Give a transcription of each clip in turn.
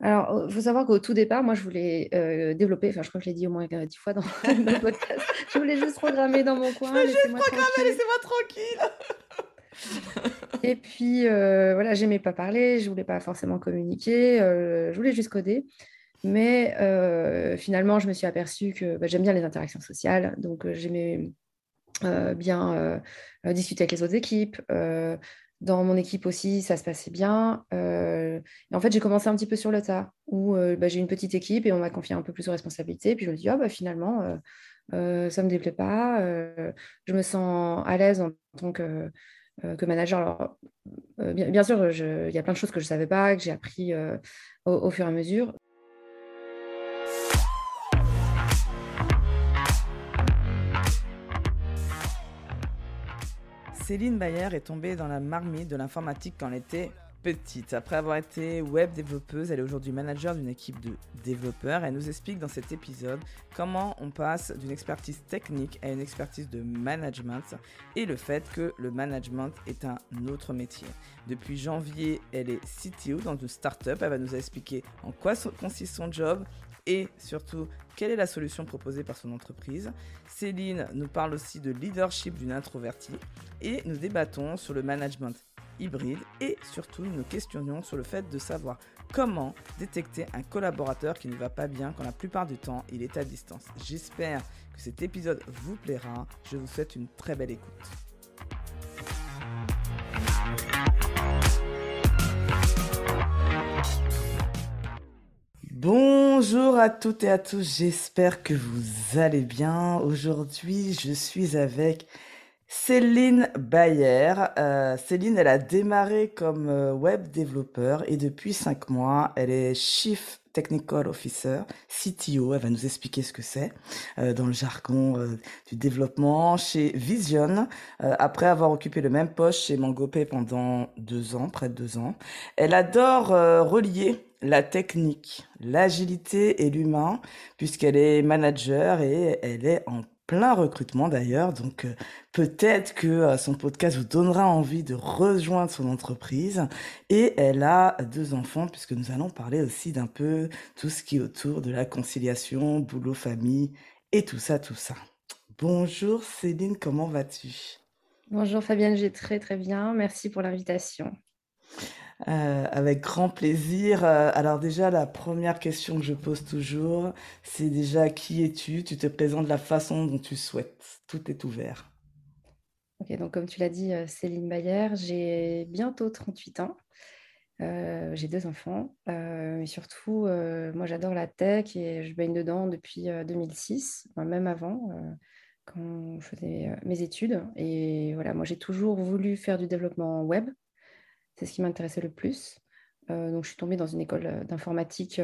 Alors, il faut savoir qu'au tout départ, moi, je voulais développer, enfin, je crois que je l'ai dit au moins 10 fois dans, dans le podcast, je voulais juste programmer dans mon Je veux coin, juste laissez-moi programmer, tranquille. laissez-moi tranquille. Et puis, voilà, j'aimais pas parler, je voulais pas forcément communiquer, je voulais juste coder. Mais finalement, je me suis aperçue que j'aime bien les interactions sociales, donc j'aimais bien discuter avec les autres équipes. Dans mon équipe aussi, ça se passait bien. Et en fait, j'ai commencé un petit peu sur le tas, où j'ai une petite équipe et on m'a confié un peu plus de responsabilités. Puis je me dis, ah, finalement, ça ne me déplaît pas. Je me sens à l'aise en tant que manager. Alors, bien sûr, il y a plein de choses que je ne savais pas, que j'ai appris au fur et à mesure. Céline Bayer est tombée dans la marmite de l'informatique quand elle était petite. Après avoir été web développeuse, elle est aujourd'hui manager d'une équipe de développeurs. Elle nous explique dans cet épisode comment on passe d'une expertise technique à une expertise de management et le fait que le management est un autre métier. Depuis janvier, elle est CTO dans une start-up. Elle va nous expliquer en quoi consiste son job et surtout quelle est la solution proposée par son entreprise. Céline nous parle aussi de leadership d'une introvertie et nous débattons sur le management hybride et surtout nous questionnons sur le fait de savoir comment détecter un collaborateur qui ne va pas bien quand la plupart du temps il est à distance. J'espère que cet épisode vous plaira. Je vous souhaite une très belle écoute. Bonjour à toutes et à tous, j'espère que vous allez bien. Aujourd'hui, je suis avec Céline Bayer. Céline, elle a démarré comme web développeur et depuis 5 mois, elle est Chief Technical Officer, CTO. Elle va nous expliquer ce que c'est dans le jargon du développement chez Vision. Après avoir occupé le même poste chez Mangopay pendant 2 ans, près de 2 ans. Elle adore relier la technique, l'agilité et l'humain, puisqu'elle est manager et elle est en plein recrutement d'ailleurs. Donc peut-être que son podcast vous donnera envie de rejoindre son entreprise. Et elle a 2 enfants, puisque nous allons parler aussi d'un peu tout ce qui est autour de la conciliation, boulot, famille et tout ça, tout ça. Bonjour Céline, comment vas-tu? Bonjour Fabienne, j'ai très très bien. Merci pour l'invitation. Avec grand plaisir. Alors déjà, la première question que je pose toujours, c'est déjà qui es-tu? Tu te présentes de la façon dont tu souhaites. Tout est ouvert. Ok, donc comme tu l'as dit, Céline Bayer, j'ai bientôt 38 ans. J'ai 2 enfants. Et surtout, moi j'adore la tech et je baigne dedans depuis 2006, enfin, même avant, quand je faisais mes études. Et voilà, moi j'ai toujours voulu faire du développement web. C'est ce qui m'intéressait le plus. Donc je suis tombée dans une école d'informatique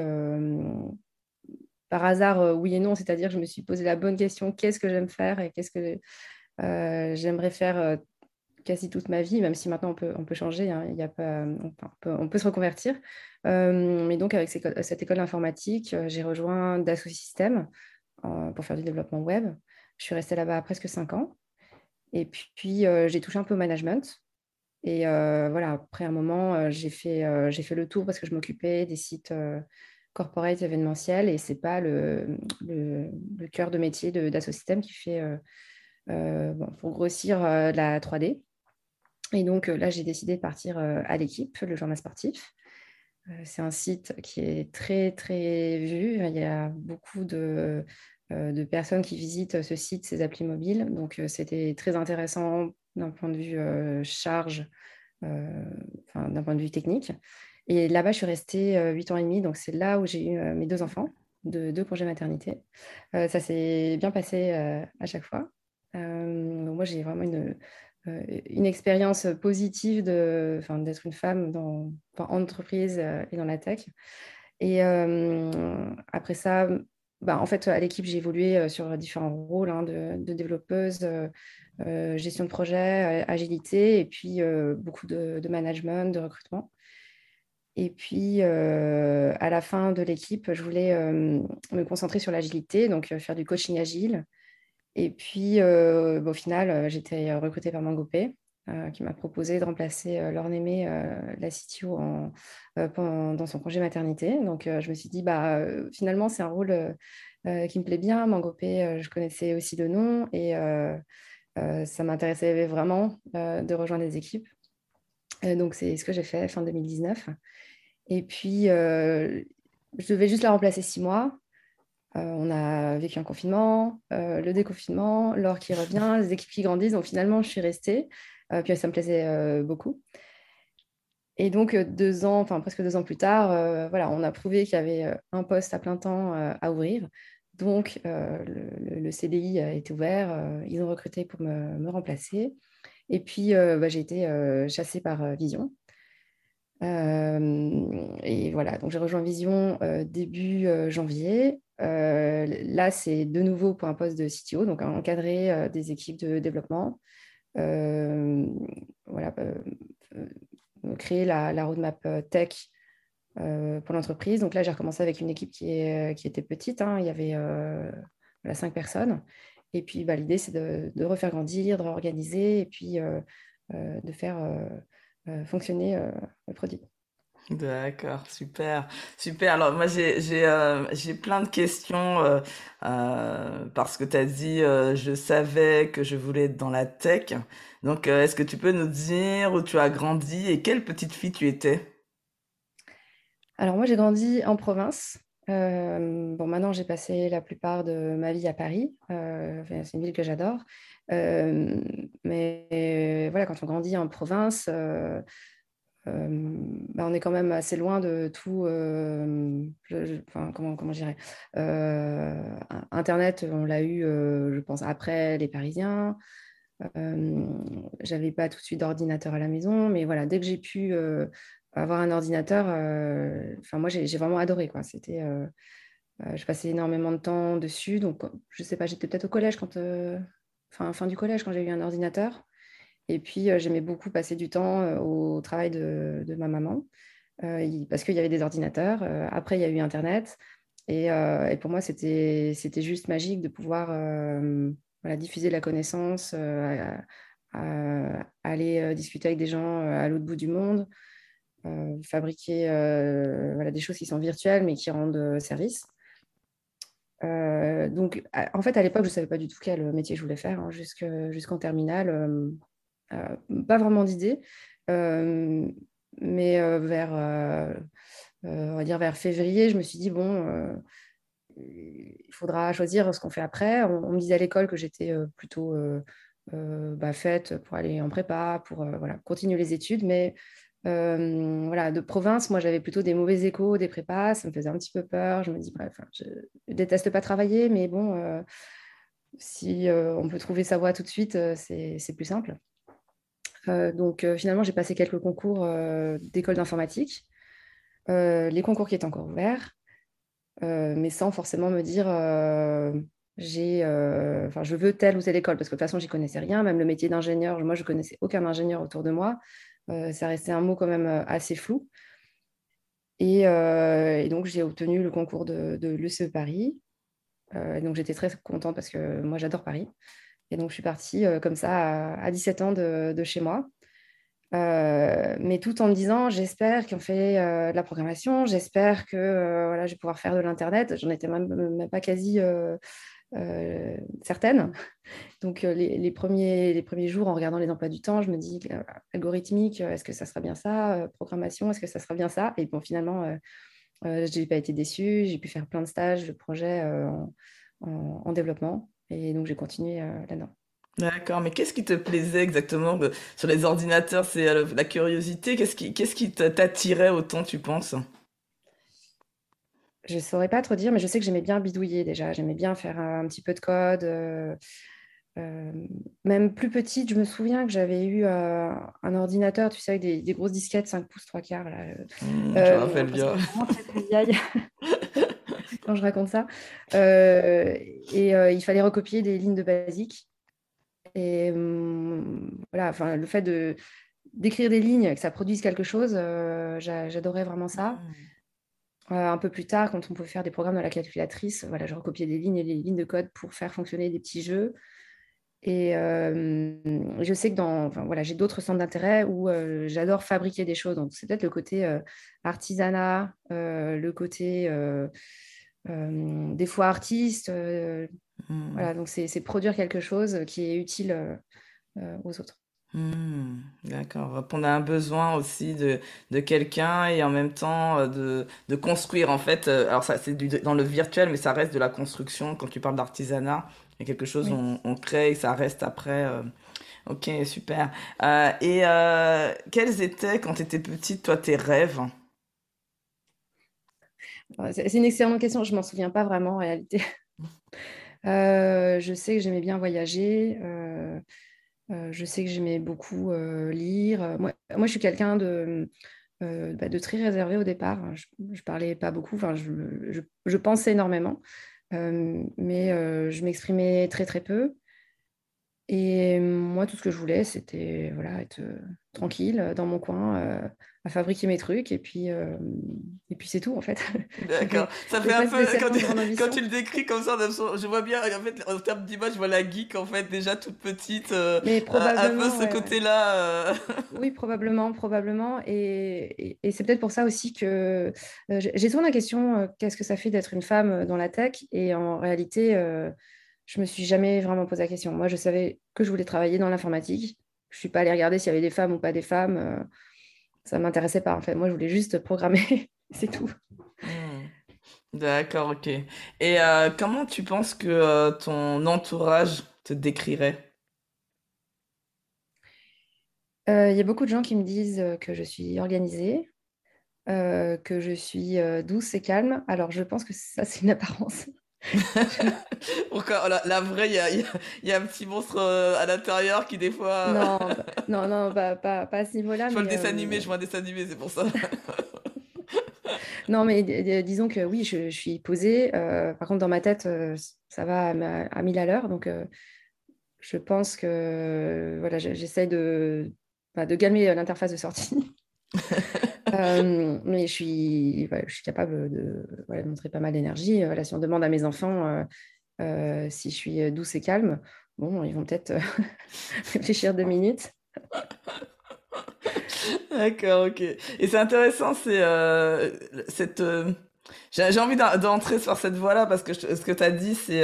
par hasard, oui et non, c'est-à-dire que je me suis posé la bonne question, qu'est-ce que j'aime faire et qu'est-ce que j'aimerais faire quasi toute ma vie, même si maintenant on peut changer, hein, il y a pas, enfin, on peut se reconvertir. Mais donc avec cette école d'informatique, j'ai rejoint Dassault Systèmes pour faire du développement web. Je suis restée là-bas presque 5 ans. Et puis j'ai touché un peu au management. Et voilà, après un moment, j'ai fait le tour parce que je m'occupais des sites corporate événementiels et c'est pas le cœur de métier d'Asso Systèmes qui fait, bon, pour grossir, la 3D. Et donc là, j'ai décidé de partir à l'équipe, le journal sportif. C'est un site qui est très, très vu. Il y a beaucoup de personnes qui visitent ce site, ces applis mobiles. Donc, c'était très intéressant d'un point de vue charge, euh, enfin, d'un point de vue technique. Et là-bas, je suis restée 8 ans et demi. Donc, c'est là où j'ai eu mes 2 enfants, deux congés maternité. Ça s'est bien passé à chaque fois. Donc moi, j'ai vraiment une expérience positive enfin, d'être une femme en entreprise et dans la tech. Et après ça, en fait, à l'équipe, j'ai évolué sur différents rôles hein, de développeuse, gestion de projet, agilité, et puis beaucoup de management, de recrutement. Et puis, à la fin de l'équipe, je voulais me concentrer sur l'agilité, donc faire du coaching agile. Et puis, au final, j'étais recrutée par Mangopay qui m'a proposé de remplacer Laure Némé, la CTO, dans son congé maternité. Donc, je me suis dit, finalement, c'est un rôle qui me plaît bien. Mangopé, je connaissais aussi le nom et ça m'intéressait vraiment de rejoindre les équipes. Donc, c'est ce que j'ai fait fin 2019. Et puis, je devais juste la remplacer 6 mois. On a vécu un confinement, le déconfinement, Laure qui revient, les équipes qui grandissent. Donc, finalement, je suis restée. Puis, ça me plaisait beaucoup. Et donc, 2 ans, enfin presque 2 ans plus tard, voilà, on a prouvé qu'il y avait un poste à plein temps à ouvrir. Donc, le CDI a été ouvert. Ils ont recruté pour me remplacer. Et puis, j'ai été chassée par Vision. Et voilà, donc j'ai rejoint Vision début janvier. Là, c'est de nouveau pour un poste de CTO, donc encadrer des équipes de développement. Voilà, créer la roadmap tech pour l'entreprise. Donc là, j'ai recommencé avec une équipe qui était petite, hein. Il y avait 5 personnes. Et puis, l'idée, c'est de refaire grandir, de réorganiser et puis de faire fonctionner le produit. D'accord, super, super. Alors moi j'ai plein de questions parce que tu as dit je savais que je voulais être dans la tech. Donc est-ce que tu peux nous dire où tu as grandi et quelle petite fille tu étais? Alors moi, j'ai grandi en province. Bon, maintenant, j'ai passé la plupart de ma vie à Paris. Enfin, c'est une ville que j'adore. Euh, mais voilà, quand on grandit en province, on est quand même assez loin de tout. Enfin, comment je dirais Internet, on l'a eu, je pense, après les Parisiens. Euh, J'avais pas tout de suite d'ordinateur à la maison, mais voilà, dès que j'ai pu avoir un ordinateur, enfin moi j'ai vraiment adoré quoi. Je passais énormément de temps dessus, donc je sais pas, j'étais peut-être au collège fin du collège quand j'ai eu un ordinateur. Et puis j'aimais beaucoup passer du temps au travail de ma maman parce qu'il y avait des ordinateurs. Après il y a eu Internet et pour moi c'était juste magique de pouvoir voilà, diffuser la connaissance, aller discuter avec des gens à l'autre bout du monde, fabriquer voilà, des choses qui sont virtuelles mais qui rendent service. Donc, en fait, à l'époque, je ne savais pas du tout quel métier je voulais faire hein, jusqu'en terminale. Pas vraiment d'idée. Euh, mais on va dire vers février, je me suis dit, bon, il faudra choisir ce qu'on fait après. On me disait à l'école que j'étais plutôt faite pour aller en prépa, pour voilà, continuer les études. Mais voilà, de province, moi, j'avais plutôt des mauvais échos, des prépas. Ça me faisait un petit peu peur. Je me dis, bref, je déteste pas travailler, mais bon, si on peut trouver sa voie tout de suite, c'est plus simple. Donc finalement, j'ai passé quelques concours d'école d'informatique, les concours qui étaient encore ouverts, mais sans forcément me dire je veux telle ou telle école, parce que de toute façon, j'y connaissais rien, même le métier d'ingénieur, moi, je connaissais aucun ingénieur autour de moi. Ça restait un mot quand même assez flou. Et donc, j'ai obtenu le concours de l'ECE Paris. Et donc, j'étais très contente parce que moi, j'adore Paris. Et donc, je suis partie comme ça à 17 ans de chez moi. Mais tout en me disant, j'espère qu'on fait de la programmation, j'espère que voilà, je vais pouvoir faire de l'Internet. J'en étais même pas quasi certaine. Donc, les premiers jours, en regardant les emplois du temps, je me dis, algorithmique, est-ce que ça sera bien ça? Programmation, est-ce que ça sera bien ça? Et bon, finalement, je n'ai pas été déçue. J'ai pu faire plein de stages, de projets en développement. Et donc, j'ai continué là-dedans. D'accord, mais qu'est-ce qui te plaisait exactement sur les ordinateurs? C'est la curiosité. Qu'est-ce qui t'attirait autant, tu penses? Je ne saurais pas trop dire, mais je sais que j'aimais bien bidouiller déjà. J'aimais bien faire un petit peu de code. Euh, Même plus petite, je me souviens que j'avais eu un ordinateur, tu sais, avec des grosses disquettes 5 pouces 3 quarts. Là. Je me rappelle Ça bien. fait vraiment très, très vieille quand je raconte ça. Euh, il fallait recopier des lignes de basique. Et voilà, enfin, le fait d'écrire des lignes, que ça produise quelque chose, j'adorais vraiment ça. Un peu plus tard, quand on pouvait faire des programmes dans la calculatrice, voilà, je recopiais des lignes et des lignes de code pour faire fonctionner des petits jeux. Et je sais que enfin, voilà, j'ai d'autres centres d'intérêt où j'adore fabriquer des choses. Donc, c'est peut-être le côté artisanat, le côté des fois artiste. Hmm. Voilà, donc c'est produire quelque chose qui est utile aux autres. D'accord. Répondre à un besoin aussi de quelqu'un et en même temps de construire en fait. Alors ça c'est dans le virtuel mais ça reste de la construction. Quand tu parles d'artisanat, il y a quelque chose Oui. on crée et ça reste après. Ok, super. Et quels étaient quand tu étais petite toi tes rêves? C'est une excellente question. Je m'en souviens pas vraiment en réalité. Je sais que j'aimais bien voyager. Je sais que j'aimais beaucoup lire. Moi, je suis quelqu'un de très réservé au départ. Je parlais pas beaucoup. Enfin, je pensais énormément, mais je m'exprimais très très peu. Et moi, tout ce que je voulais, c'était voilà, être tranquille dans mon coin, à fabriquer mes trucs. Et puis c'est tout, en fait. D'accord. Ça fait J'ai un pas peu spécialement de grande quand tu ambition. le décris comme ça, je vois bien en fait en termes d'image, je vois la geek en fait déjà toute petite, Mais un peu probablement, ce ouais, ouais. côté-là. Oui, probablement, probablement. Et c'est peut-être pour ça aussi que j'ai souvent la question, qu'est-ce que ça fait d'être une femme dans la tech? Et en réalité, je me suis jamais vraiment posé la question. Moi, je savais que je voulais travailler dans l'informatique. Je suis pas allée regarder s'il y avait des femmes ou pas des femmes. Ça m'intéressait pas, en fait. Moi, je voulais juste programmer. C'est tout. Hmm. D'accord, ok. Et comment tu penses que ton entourage te décrirait? Il y a beaucoup de gens qui me disent que je suis organisée, que je suis douce et calme. Alors, je pense que ça, c'est une apparence. Je- Pourquoi? Oh, la vraie, il y a un petit monstre à l'intérieur qui des fois. Non, non, non, pas à ce niveau-là, Je vois le mais dessin animé, je vois un dessin animé, c'est pour ça. non, mais disons que oui, je suis posée. Par contre, dans ma tête, ça va à 1000 à l'heure. Donc, je pense que voilà, j'essaie de calmer l'interface de sortie. Mais voilà, je suis capable voilà, de montrer pas mal d'énergie. Voilà, si on demande à mes enfants si je suis douce et calme, bon, ils vont peut-être réfléchir 2 minutes. D'accord, ok. Et c'est intéressant, c'est cette. J'ai envie d'entrer sur cette voie-là parce que ce que tu as dit, c'est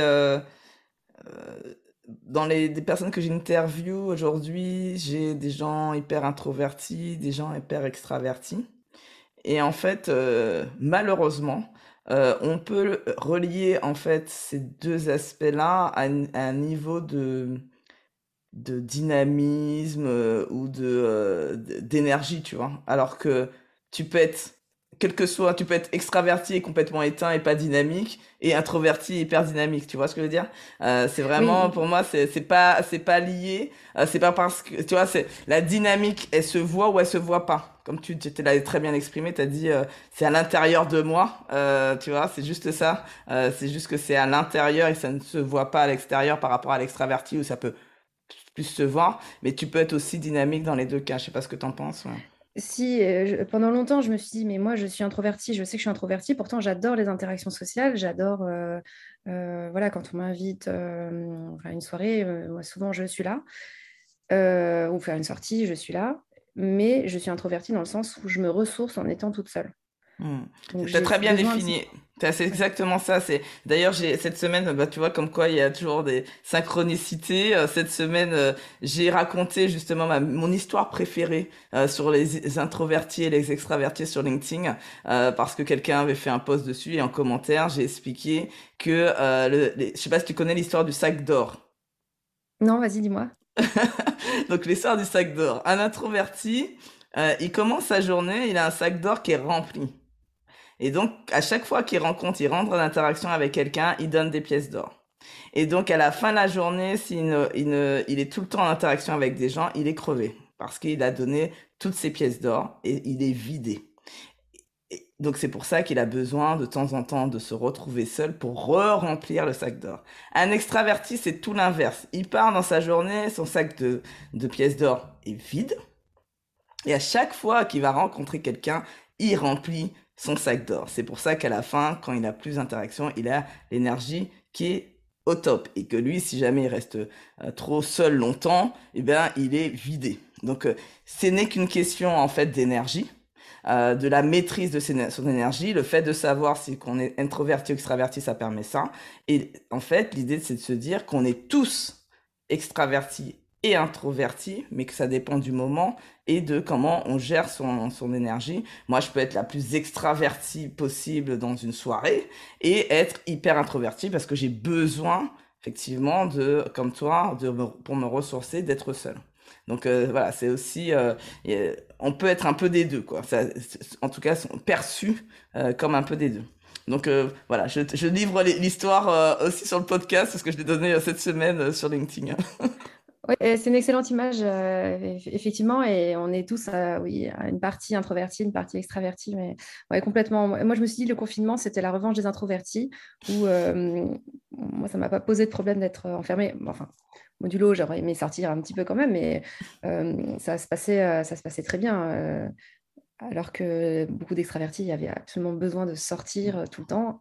dans les des personnes que j'interview aujourd'hui, j'ai des gens hyper introvertis, des gens hyper extravertis. Et en fait, malheureusement, on peut relier en fait ces deux aspects-là à un niveau de dynamisme ou d'énergie, tu vois. Alors que tu peux être, quel que soit, tu peux être extraverti et complètement éteint et pas dynamique, et introverti et hyper dynamique, tu vois ce que je veux dire? C'est vraiment, Oui, pour moi, c'est pas lié, c'est pas parce que, tu vois, c'est, la dynamique, elle se voit ou elle se voit pas. Comme tu l'as très bien exprimé, tu as dit, c'est à l'intérieur de moi, tu vois, c'est juste ça. C'est juste que c'est à l'intérieur et ça ne se voit pas à l'extérieur par rapport à l'extraverti où ça peut plus se voir, mais tu peux être aussi dynamique dans les deux cas. Je sais pas ce que t'en penses. Ouais. si, pendant longtemps, je me suis dit, mais moi, je suis introvertie, je sais que je suis introvertie, pourtant, j'adore les interactions sociales, j'adore, voilà, quand on m'invite à une soirée, moi, souvent, je suis là, ou faire une sortie, je suis là, mais je suis introvertie dans le sens où je me ressource en étant toute seule. Hmm. Donc, T'as j'ai très bien besoin de... défini. C'est Ouais. exactement ça. C'est d'ailleurs j'ai cette semaine, bah, tu vois comme quoi il y a toujours des synchronicités. Cette semaine, j'ai raconté justement mon histoire préférée sur les introvertis et les extravertis sur LinkedIn parce que quelqu'un avait fait un post dessus et en commentaire j'ai expliqué que je sais pas si tu connais l'histoire du sac d'or. Non, vas-y, dis-moi. Donc l'histoire du sac d'or. Un introverti, il commence sa journée, il a un sac d'or qui est rempli. Et donc, à chaque fois il rentre en interaction avec quelqu'un, il donne des pièces d'or. Et donc, à la fin de la journée, il est tout le temps en interaction avec des gens, il est crevé. Parce qu'il a donné toutes ses pièces d'or et il est vidé. Et donc, c'est pour ça qu'il a besoin de temps en temps de se retrouver seul pour re-remplir le sac d'or. Un extraverti, c'est tout l'inverse. Il part dans sa journée, son sac de pièces d'or est vide. Et à chaque fois qu'il va rencontrer quelqu'un, il remplit son sac d'or. C'est pour ça qu'à la fin, quand il a plus d'interaction, il a l'énergie qui est au top. Et que lui, si jamais il reste trop seul longtemps, eh bien, il est vidé. Donc, ce n'est qu'une question, en fait, d'énergie, de la maîtrise de son énergie. Le fait de savoir si qu'on est introverti ou extraverti, ça permet ça. Et en fait, l'idée, c'est de se dire qu'on est tous extravertis et introvertis, mais que ça dépend du moment et de comment on gère son énergie. Moi, je peux être la plus extravertie possible dans une soirée et être hyper introverti parce que j'ai besoin, effectivement, comme toi, pour me ressourcer, d'être seul. Donc voilà, c'est aussi, on peut être un peu des deux, quoi. Ça, en tout cas, sont perçus comme un peu des deux. Donc voilà, je livre l'histoire aussi sur le podcast parce que je l'ai donné cette semaine sur LinkedIn. Oui, c'est une excellente image, effectivement, et on est tous, oui, à une partie introvertie, une partie extravertie, mais ouais, complètement. Moi, je me suis dit, le confinement, c'était la revanche des introvertis, où moi, ça ne m'a pas posé de problème d'être enfermée. Bon, enfin, modulo, j'aurais aimé sortir un petit peu quand même, mais ça se passait très bien. Alors que beaucoup d'extravertis avaient absolument besoin de sortir tout le temps,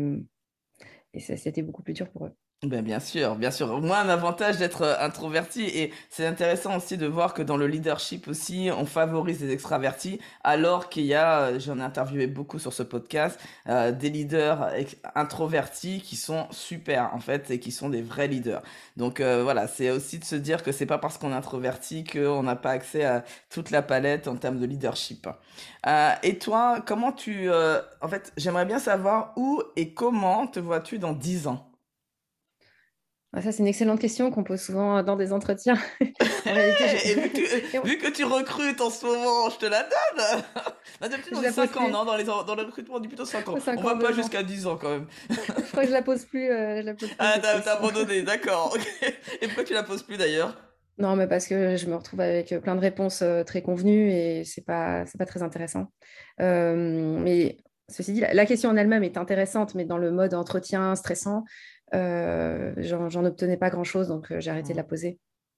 et c'était beaucoup plus dur pour eux. Ben bien sûr, bien sûr. Au moins un avantage d'être introverti et c'est intéressant aussi de voir que dans le leadership aussi, on favorise les extravertis alors qu'il y a, j'en ai interviewé beaucoup sur ce podcast, des leaders introvertis qui sont super en fait et qui sont des vrais leaders. Donc voilà, c'est aussi de se dire que c'est pas parce qu'on est introverti qu'on n'a pas accès à toute la palette en termes de leadership. Et toi, en fait, j'aimerais bien savoir où et comment te vois-tu dans 10 ans? Ah, ça, c'est une excellente question qu'on pose souvent dans des entretiens. En réalité, Et vu que tu recrutes en ce moment, je te la donne. Là, d'habitude, je on dit la pose 5 ans, plus. non? Dans le recrutement, on dit plutôt 5 ans. On 5 ans, va pas 2 ans. jusqu'à 10 ans quand même. Je crois que je la pose plus Ah, cette t'as question. abandonné, d'accord. Ok. Et pourquoi tu la poses plus d'ailleurs? Non, mais parce que je me retrouve avec plein de réponses très convenues et c'est pas très intéressant. Mais ceci dit, la question en elle-même est intéressante, mais dans le mode entretien stressant, j'en obtenais pas grand-chose, donc j'ai arrêté de la Hmm. poser.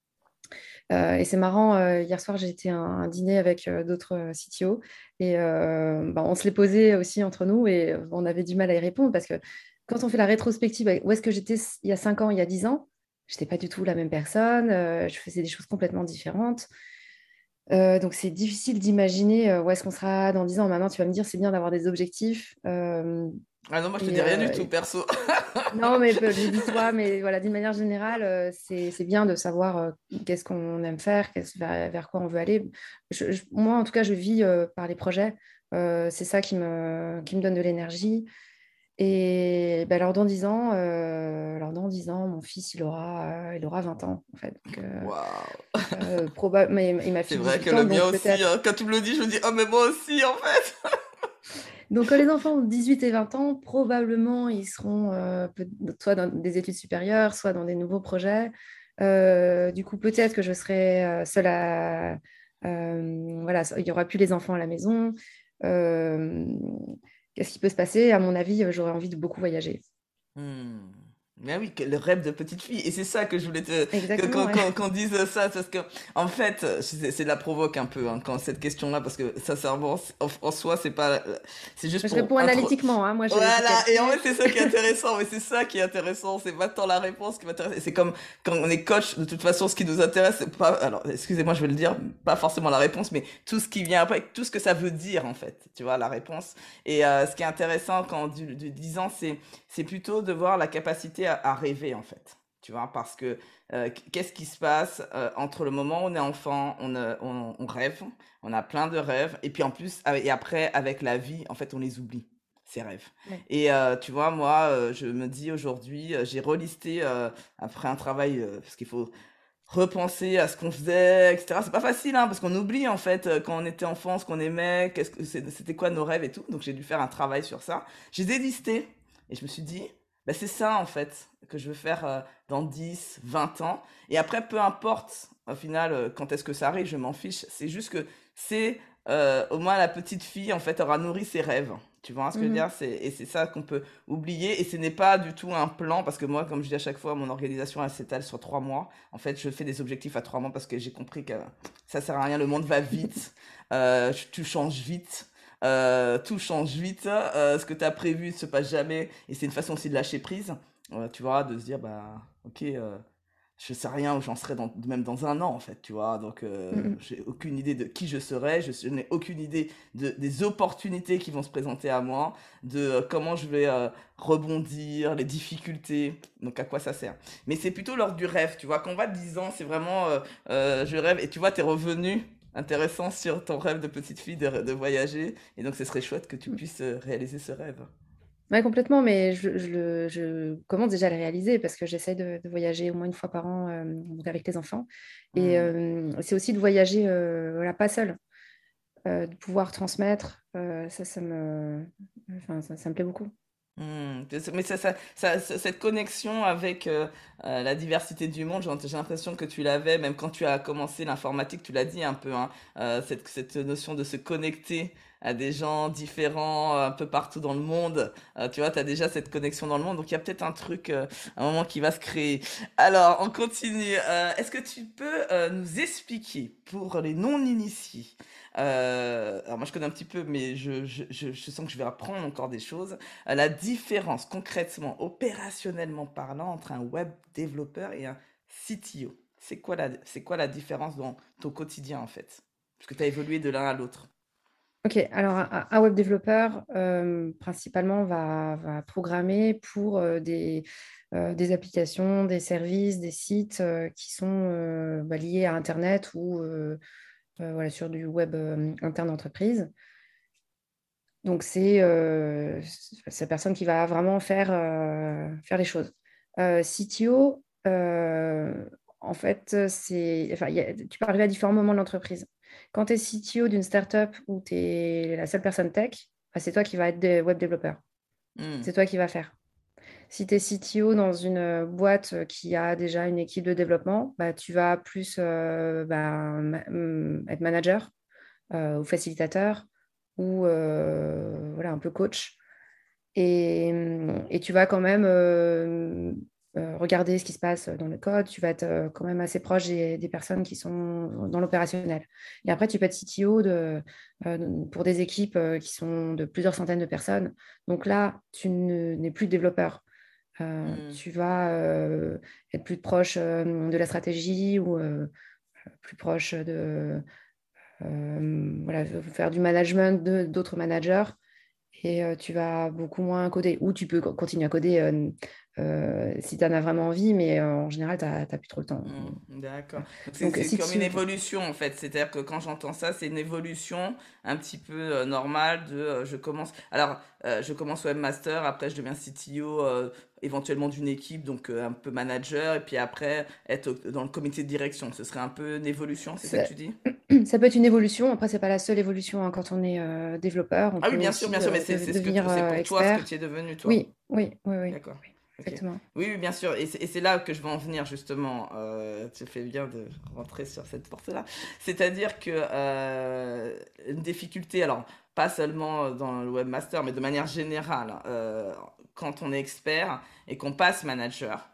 Et c'est marrant, hier soir, j'ai été à un dîner avec d'autres CTO et bah, on se les posait aussi entre nous et on avait du mal à y répondre parce que quand on fait la rétrospective, où est-ce que j'étais il y a 5 ans, il y a 10 ans, je n'étais pas du tout la même personne, je faisais des choses complètement différentes. Donc c'est difficile d'imaginer où est-ce qu'on sera dans 10 ans. Maintenant, tu vas me dire, c'est bien d'avoir des objectifs. Ah non, moi je te Et, dis rien du euh, tout, perso. non, mais j'ai dit toi, mais voilà, d'une manière générale, c'est bien de savoir qu'est-ce qu'on aime faire, vers quoi on veut aller. Moi, en tout cas, je vis par les projets. C'est ça qui me donne de l'énergie. Et ben, alors dans 10 ans, mon fils, il aura 20 ans, en fait. Donc, Waouh. mais, et ma C'est fille vrai 18 que le ans, mien donc aussi, hein. peut-être. Quand tu me le dis, je me dis, oh mais moi aussi en fait. Donc, quand les enfants ont 18 et 20 ans, probablement, ils seront soit dans des études supérieures, soit dans des nouveaux projets. Du coup, peut-être que je serai seule à... voilà, il n'y aura plus les enfants à la maison. Euh, Qu'est-ce qui peut se passer? À mon avis, j'aurais envie de beaucoup voyager. Hmm. Mais oui, le rêve de petite fille. Et c'est ça que je voulais Exactement, ouais. qu'on dise ça, parce que, en fait, c'est de la provoque un peu, hein, quand cette question-là, parce que, sincèrement, en soi, c'est pas, c'est juste Je pour réponds intro. analytiquement, hein. Moi, je Voilà, et en calcule. fait c'est ça qui est intéressant, mais c'est ça qui est intéressant, c'est pas tant la réponse qui m'intéresse, et c'est comme quand on est coach, de toute façon ce qui nous intéresse, c'est pas, alors excusez-moi je vais le dire, pas forcément la réponse, mais tout ce qui vient après, tout ce que ça veut dire en fait, tu vois, la réponse. Et ce qui est intéressant quand du 10 ans, c'est plutôt de voir la capacité à rêver en fait. Tu vois, parce que qu'est-ce qui se passe entre le moment où on est enfant, on rêve, on a plein de rêves, et puis en plus, et après, avec la vie, en fait, on les oublie ses rêves. Ouais. Et tu vois, moi, je me dis aujourd'hui, j'ai relisté après un travail, parce qu'il faut repenser à ce qu'on faisait, etc. C'est pas facile, hein, parce qu'on oublie en fait quand on était enfant ce qu'on aimait, c'était quoi nos rêves et tout. Donc j'ai dû faire un travail sur ça. J'ai délisté et je me suis dit, bah, c'est ça en fait que je veux faire dans 10, 20 ans. Et après, peu importe au final quand est-ce que ça arrive, je m'en fiche. C'est juste que c'est au moins la petite fille en fait aura nourri ses rêves. Tu vois ce que je veux Mhm. dire? Et c'est ça qu'on peut oublier. Et ce n'est pas du tout un plan, parce que moi, comme je dis à chaque fois, mon organisation, elle s'étale sur 3 mois. En fait, je fais des objectifs à 3 mois parce que j'ai compris que ça sert à rien. Le monde va vite. Tu changes vite. Tout change vite. Ce que tu as prévu ne se passe jamais. Et c'est une façon aussi de lâcher prise. Tu vois, de se dire, ok, je sais rien où j'en serai même dans un an, en fait, tu vois. Donc, Mm, j'ai aucune idée de qui je serai, je n'ai aucune idée des opportunités qui vont se présenter à moi, de comment je vais rebondir, les difficultés. Donc, à quoi ça sert? Mais c'est plutôt lors du rêve, tu vois. Quand on va de 10 ans, c'est vraiment, je rêve, et tu vois, t'es revenu intéressant sur ton rêve de petite fille de voyager. Et donc, ce serait chouette que tu mm. puisses réaliser ce rêve. Ouais, complètement, mais je commence déjà à le réaliser parce que j'essaie de voyager au moins une fois par an donc avec les enfants. Et Hmm. c'est aussi de voyager voilà, pas seul, de pouvoir transmettre. Enfin, ça me plaît beaucoup. Mais cette connexion avec la diversité du monde, j'ai l'impression que tu l'avais, même quand tu as commencé l'informatique, tu l'as dit un peu, hein, cette notion de se connecter à des gens différents un peu partout dans le monde. Tu vois, tu as déjà cette connexion dans le monde, donc il y a peut-être un truc, un moment qui va se créer. Alors, on continue. Est-ce que tu peux nous expliquer, pour les non-initiés, alors moi je connais un petit peu, mais je sens que je vais apprendre encore des choses, la différence concrètement, opérationnellement parlant, entre un web développeur et un CTO. C'est quoi la différence dans ton quotidien en fait? Parce que tu as évolué de l'un à l'autre. Ok, alors un web développeur principalement va programmer pour des applications, des services, des sites qui sont liés à Internet ou voilà, sur du web interne d'entreprise. Donc, c'est cette personne qui va vraiment faire les choses. CTO, en fait, enfin, tu peux arriver à différents moments de l'entreprise. Quand tu es CTO d'une startup où tu es la seule personne tech, c'est toi qui vas être web développeur. Hmm. C'est toi qui vas faire. Si tu es CTO dans une boîte qui a déjà une équipe de développement, tu vas plus être manager ou facilitateur ou voilà, un peu coach. Et tu vas quand même regarder ce qui se passe dans le code. Tu vas être quand même assez proche des personnes qui sont dans l'opérationnel. Et après, tu peux être CTO pour des équipes qui sont de plusieurs centaines de personnes. Donc là, n'es plus développeur. Hmm. Tu vas être plus proche de la stratégie ou plus proche voilà, faire du management d'autres managers et tu vas beaucoup moins coder. Ou tu peux continuer à coder si tu en as vraiment envie, mais en général, tu n'as plus trop le temps. D'accord. Voilà. Donc Donc, c'est si comme une tu... évolution en fait. C'est-à-dire que quand j'entends ça, c'est une évolution un petit peu normale de je commence webmaster, après je deviens CTO, éventuellement d'une équipe, donc un peu manager, et puis après être dans le comité de direction. Ce serait un peu une évolution, c'est ça que ça, tu dis? ça peut être une évolution. Après, c'est pas la seule évolution hein, quand on est développeur. On Ah oui, peut aussi bien sûr, mais devenir c'est pour toi ce que tu expert. es devenu toi. Oui, oui, oui, oui, D'accord. oui, Ok. exactement. Oui, bien sûr. Et c'est là que je veux en venir, justement. Tu fais bien de rentrer sur cette porte-là. C'est-à-dire que une difficulté, alors, pas seulement dans le webmaster, mais de manière générale, quand on est expert et qu'on passe manager,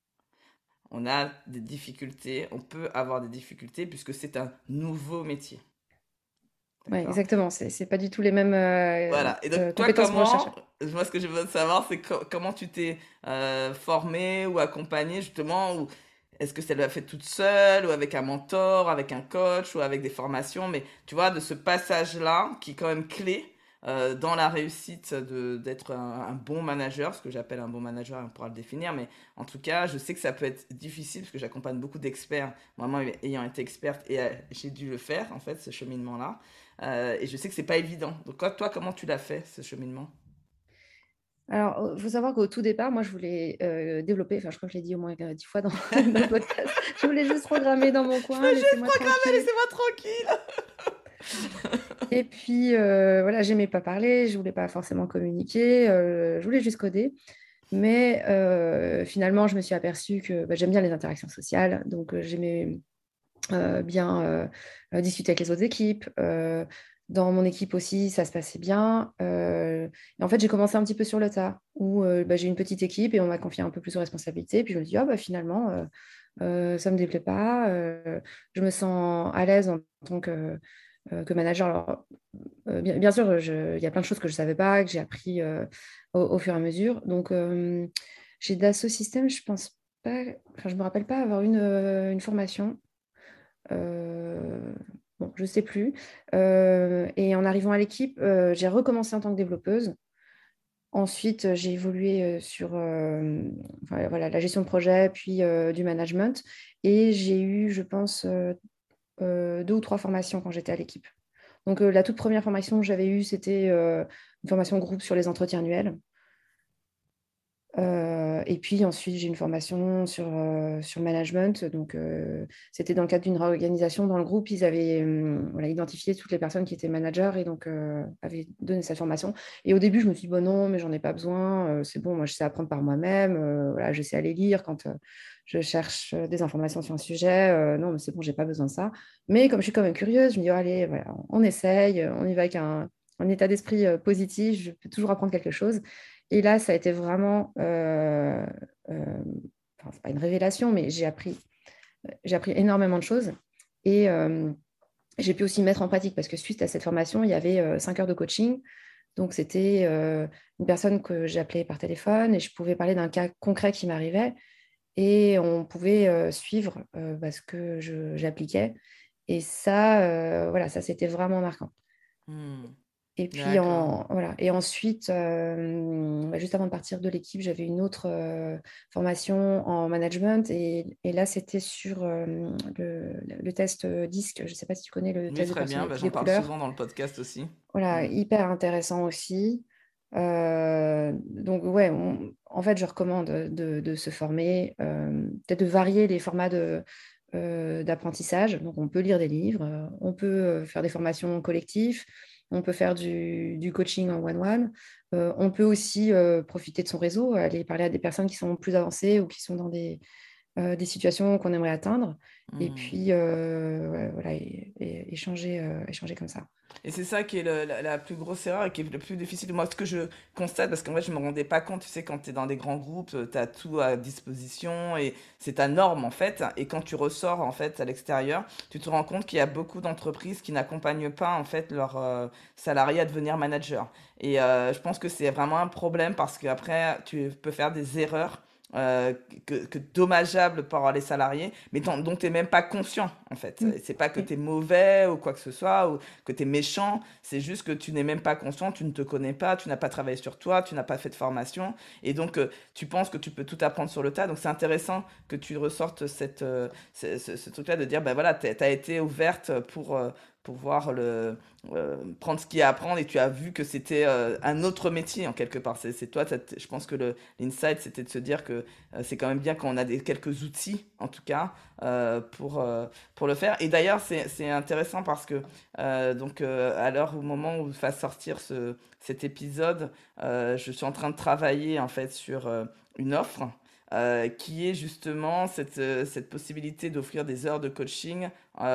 on a des difficultés, on peut avoir des difficultés puisque c'est un nouveau métier. Oui, D'accord? exactement. C'est pas du tout les mêmes Voilà. Et donc, toi, compétences qu'on recherche. moi, ce que je veux savoir, c'est comment tu t'es formé ou accompagné, justement, ou est-ce que ça l'a fait toute seule, ou avec un mentor, avec un coach, ou avec des formations, mais tu vois, de ce passage-là, qui est quand même clé dans la réussite d'être un bon manager, ce que j'appelle un bon manager, on pourra le définir, mais en tout cas, je sais que ça peut être difficile, parce que j'accompagne beaucoup d'experts, moi ayant été experte, et j'ai dû le faire, en fait, ce cheminement-là. Et je sais que c'est pas évident. Donc toi, comment tu l'as fait, ce cheminement? Alors, il faut savoir qu'au tout départ, moi, je voulais développer, enfin, je crois que je l'ai dit au moins 10 fois dans, dans le podcast, je voulais juste programmer dans mon Je veux coin, juste laissez-moi programmer, tranquille. laissez-moi tranquille. Et puis, voilà, j'aimais pas parler, je voulais pas forcément communiquer, je voulais juste coder. Mais finalement, je me suis aperçue que j'aime bien les interactions sociales, donc j'aimais bien discuter avec les autres équipes. Dans mon équipe aussi, ça se passait bien. Et en fait, j'ai commencé un petit peu sur le tas, où j'ai une petite équipe et on m'a confié un peu plus de responsabilités. Puis je me dis, ah, finalement, ça ne me déplaît pas. Je me sens à l'aise en tant que manager. Alors, bien sûr, il y a plein de choses que je ne savais pas, que j'ai appris au fur et à mesure. Donc, Chez Dassault Systèmes, je pense pas, enfin, je me rappelle pas avoir une formation. Bon, je sais plus. Et en arrivant à l'équipe, j'ai recommencé en tant que développeuse. Ensuite, j'ai évolué sur voilà, la gestion de projet, puis du management. Et j'ai eu, je pense, 2 ou 3 formations quand j'étais à l'équipe. Donc, la toute première formation que j'avais eue, c'était une formation groupe sur les entretiens annuels. Et puis ensuite, j'ai une formation sur le management. Donc, c'était dans le cadre d'une réorganisation dans le groupe. Ils avaient voilà, identifié toutes les personnes qui étaient managers et donc avaient donné cette formation. Et au début, je me suis dit, bon, non, mais j'en ai pas besoin. C'est bon, moi, je sais apprendre par moi-même. Voilà, je sais aller lire quand je cherche des informations sur un sujet. Non, mais c'est bon, j'ai pas besoin de ça. Mais comme je suis quand même curieuse, je me dis, oh, allez, voilà, on essaye, on y va avec un état d'esprit positif. Je peux toujours apprendre quelque chose. Et là, ça a été vraiment, enfin, c'est pas une révélation, mais j'ai appris énormément de choses. Et j'ai pu aussi mettre en pratique parce que suite à cette formation, il y avait 5 heures de coaching. Donc, c'était une personne que j'appelais par téléphone et je pouvais parler d'un cas concret qui m'arrivait. Et on pouvait suivre ce que j'appliquais. Et ça, voilà, ça, c'était vraiment marquant. Hmm. Et puis, D'accord. voilà. Et ensuite, juste avant de partir de l'équipe, j'avais une autre formation en management. Et là, c'était sur le test DISC. Je ne sais pas si tu connais le Oui, test de très bien. personnalité J'en des parle couleurs. souvent dans le podcast aussi. Voilà, Hmm. hyper intéressant aussi. Donc, ouais, en fait, je recommande de se former, peut-être de varier les formats d'apprentissage. Donc, on peut lire des livres, on peut faire des formations collectives, on peut faire du coaching en one-one. On peut aussi profiter de son réseau, aller parler à des personnes qui sont plus avancées ou qui sont dans des situations qu'on aimerait atteindre. Et Hmm. puis, ouais, voilà, et échanger comme ça. Et c'est ça qui est la plus grosse erreur et qui est le plus difficile. Moi, ce que je constate, parce qu'en fait, je me rendais pas compte, tu sais, quand tu es dans des grands groupes, tu as tout à disposition et c'est ta norme, en fait. Et quand tu ressors, en fait, à l'extérieur, tu te rends compte qu'il y a beaucoup d'entreprises qui n'accompagnent pas, en fait, leurs salariés à devenir manager. Et je pense que c'est vraiment un problème parce qu'après, tu peux faire des erreurs. euh, que dommageables par les salariés, mais dont tu n'es même pas conscient en fait. Mm. C'est pas que tu es mauvais ou quoi que ce soit, ou que tu es méchant, c'est juste que tu n'es même pas conscient, tu ne te connais pas, tu n'as pas travaillé sur toi, tu n'as pas fait de formation, et donc tu penses que tu peux tout apprendre sur le tas. Donc c'est intéressant que tu ressortes ce truc-là de dire, ben voilà, tu as été ouverte pour voir prendre ce qu'il y a à apprendre et tu as vu que c'était un autre métier en quelque part. C'est toi, je pense que l'insight c'était de se dire que c'est quand même bien quand on a quelques outils en tout cas pour le faire. Et d'ailleurs, c'est intéressant parce que à l'heure au moment où va sortir cet épisode, je suis en train de travailler en fait sur une offre qui est justement cette possibilité d'offrir des heures de coaching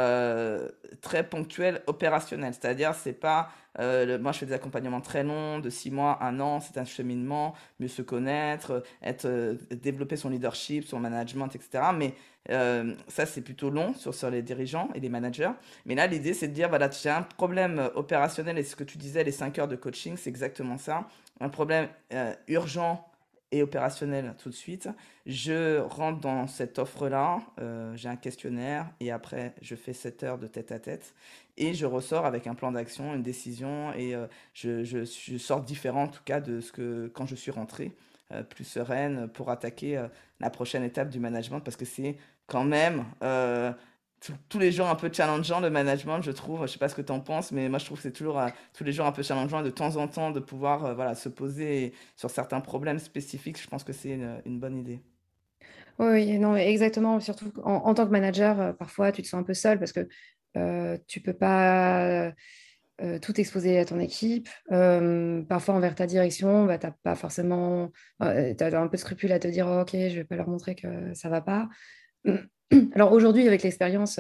très ponctuelles, opérationnelles. C'est-à-dire, c'est pas moi je fais des accompagnements très longs, de 6 mois, 1 an, c'est un cheminement, mieux se connaître, développer son leadership, son management, etc. Mais ça, c'est plutôt long sur les dirigeants et les managers. Mais là, l'idée, c'est de dire, voilà, j'ai un problème opérationnel et ce que tu disais, les 5 heures de coaching, c'est exactement ça. Un problème urgent et opérationnel tout de suite. Je rentre dans cette offre-là, j'ai un questionnaire et après, je fais 7 heures de tête à tête et je ressors avec un plan d'action, une décision et je sors différent en tout cas de ce que quand je suis rentré, plus sereine pour attaquer la prochaine étape du management parce que c'est quand même tous les jours un peu challengeant le management, je trouve. Je sais pas ce que tu en penses, mais moi je trouve que c'est toujours tous les jours un peu challengeant et de temps en temps de pouvoir voilà, se poser sur certains problèmes spécifiques. Je pense que c'est une bonne idée. Oui, oui, non, mais exactement. Surtout en tant que manager, parfois tu te sens un peu seul parce que tu peux pas tout exposer à ton équipe. Parfois envers ta direction, bah, tu n'as pas forcément, t'as un peu de scrupule à te dire, oh, ok, je vais pas leur montrer que ça va pas. Alors aujourd'hui, avec l'expérience,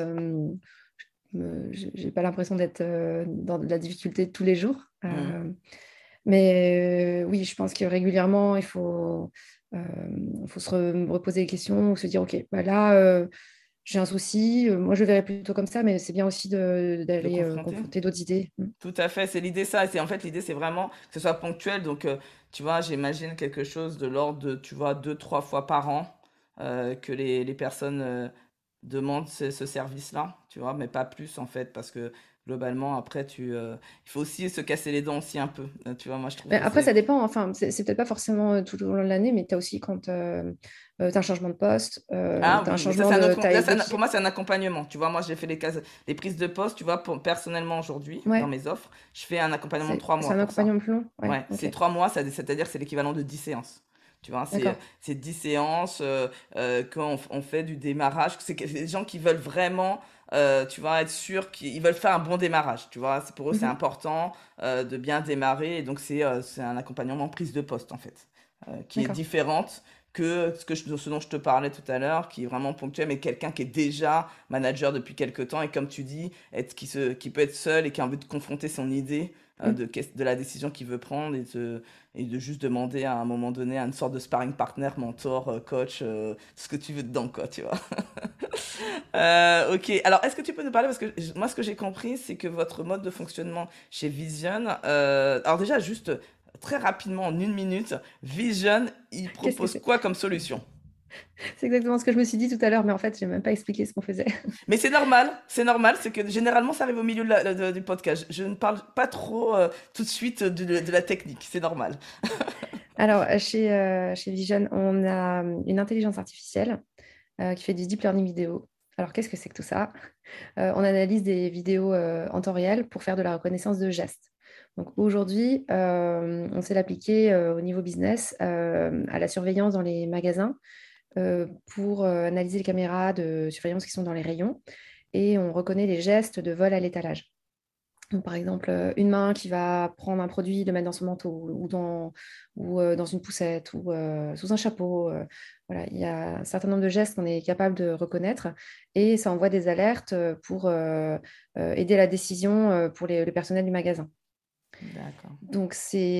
j'ai pas l'impression d'être dans de la difficulté tous les jours. Mm. Mais oui, je pense que régulièrement, il faut se reposer des questions ou se dire, OK, bah là, j'ai un souci, moi je le verrais plutôt comme ça, mais c'est bien aussi De d'aller confronter. confronter d'autres idées. Mm. Tout à fait, c'est l'idée ça. C'est en fait l'idée c'est vraiment que ce soit ponctuel. Donc tu vois, j'imagine quelque chose de l'ordre de tu vois 2 3 fois par an que les personnes demandent ce service-là, tu vois, mais pas plus en fait parce que globalement après il faut aussi se casser les dents aussi un peu. Tu vois, moi je trouve Mais que après, c'est ça dépend, enfin, c'est peut-être pas forcément tout au long de l'année, mais tu as aussi quand tu as un changement de poste, tu ah as un oui, mais ça, changement de là, taille pour d'équipe. moi, c'est un accompagnement. Tu vois, moi, j'ai fait les prises de poste, tu vois, personnellement aujourd'hui, dans Ouais, mes offres, je fais un accompagnement de trois c'est mois un pour ça. accompagnement plus long. Ouais, Ouais, c'est ok, 3 mois, c'est-à-dire que c'est l'équivalent de 10 séances. Tu vois, d'accord. c'est 10 séances quand on fait du démarrage. C'est des gens qui veulent vraiment, tu vois, être sûrs qu'ils veulent faire un bon démarrage. Tu vois, pour eux, c'est Mhm, important de bien démarrer. Et donc, c'est un accompagnement prise de poste, en fait, qui est d'accord. différente que ce dont je te parlais tout à l'heure, qui est vraiment ponctuel, mais quelqu'un qui est déjà manager depuis quelque temps et comme tu dis, qui peut être seul et qui a envie de confronter son idée Mm. de la décision qu'il veut prendre et de juste demander à un moment donné à une sorte de sparring partner, mentor, coach, ce que tu veux dedans, quoi, tu vois. Ok, alors est-ce que tu peux nous parler, parce que moi ce que j'ai compris, c'est que votre mode de fonctionnement chez Vision, alors déjà juste très rapidement en 1 minute, Vision, il Qu'est-ce que propose c'est? quoi comme solution? C'est exactement ce que je me suis dit tout à l'heure, mais en fait, j'ai même pas expliqué ce qu'on faisait. Mais c'est normal, c'est que généralement ça arrive au milieu du podcast. Je ne parle pas trop tout de suite de la technique, c'est normal. Alors, chez Vision, on a une intelligence artificielle qui fait du deep learning vidéo. Alors, qu'est-ce que c'est que tout ça? On analyse des vidéos en temps réel pour faire de la reconnaissance de gestes. Donc aujourd'hui, on sait l'appliquer au niveau business à la surveillance dans les magasins pour analyser les caméras de surveillance qui sont dans les rayons et on reconnaît les gestes de vol à l'étalage. Donc, par exemple, une main qui va prendre un produit, le mettre dans son manteau ou dans une poussette ou sous un chapeau. Voilà, il y a un certain nombre de gestes qu'on est capable de reconnaître et ça envoie des alertes pour aider la décision pour le personnel du magasin. D'accord. Donc,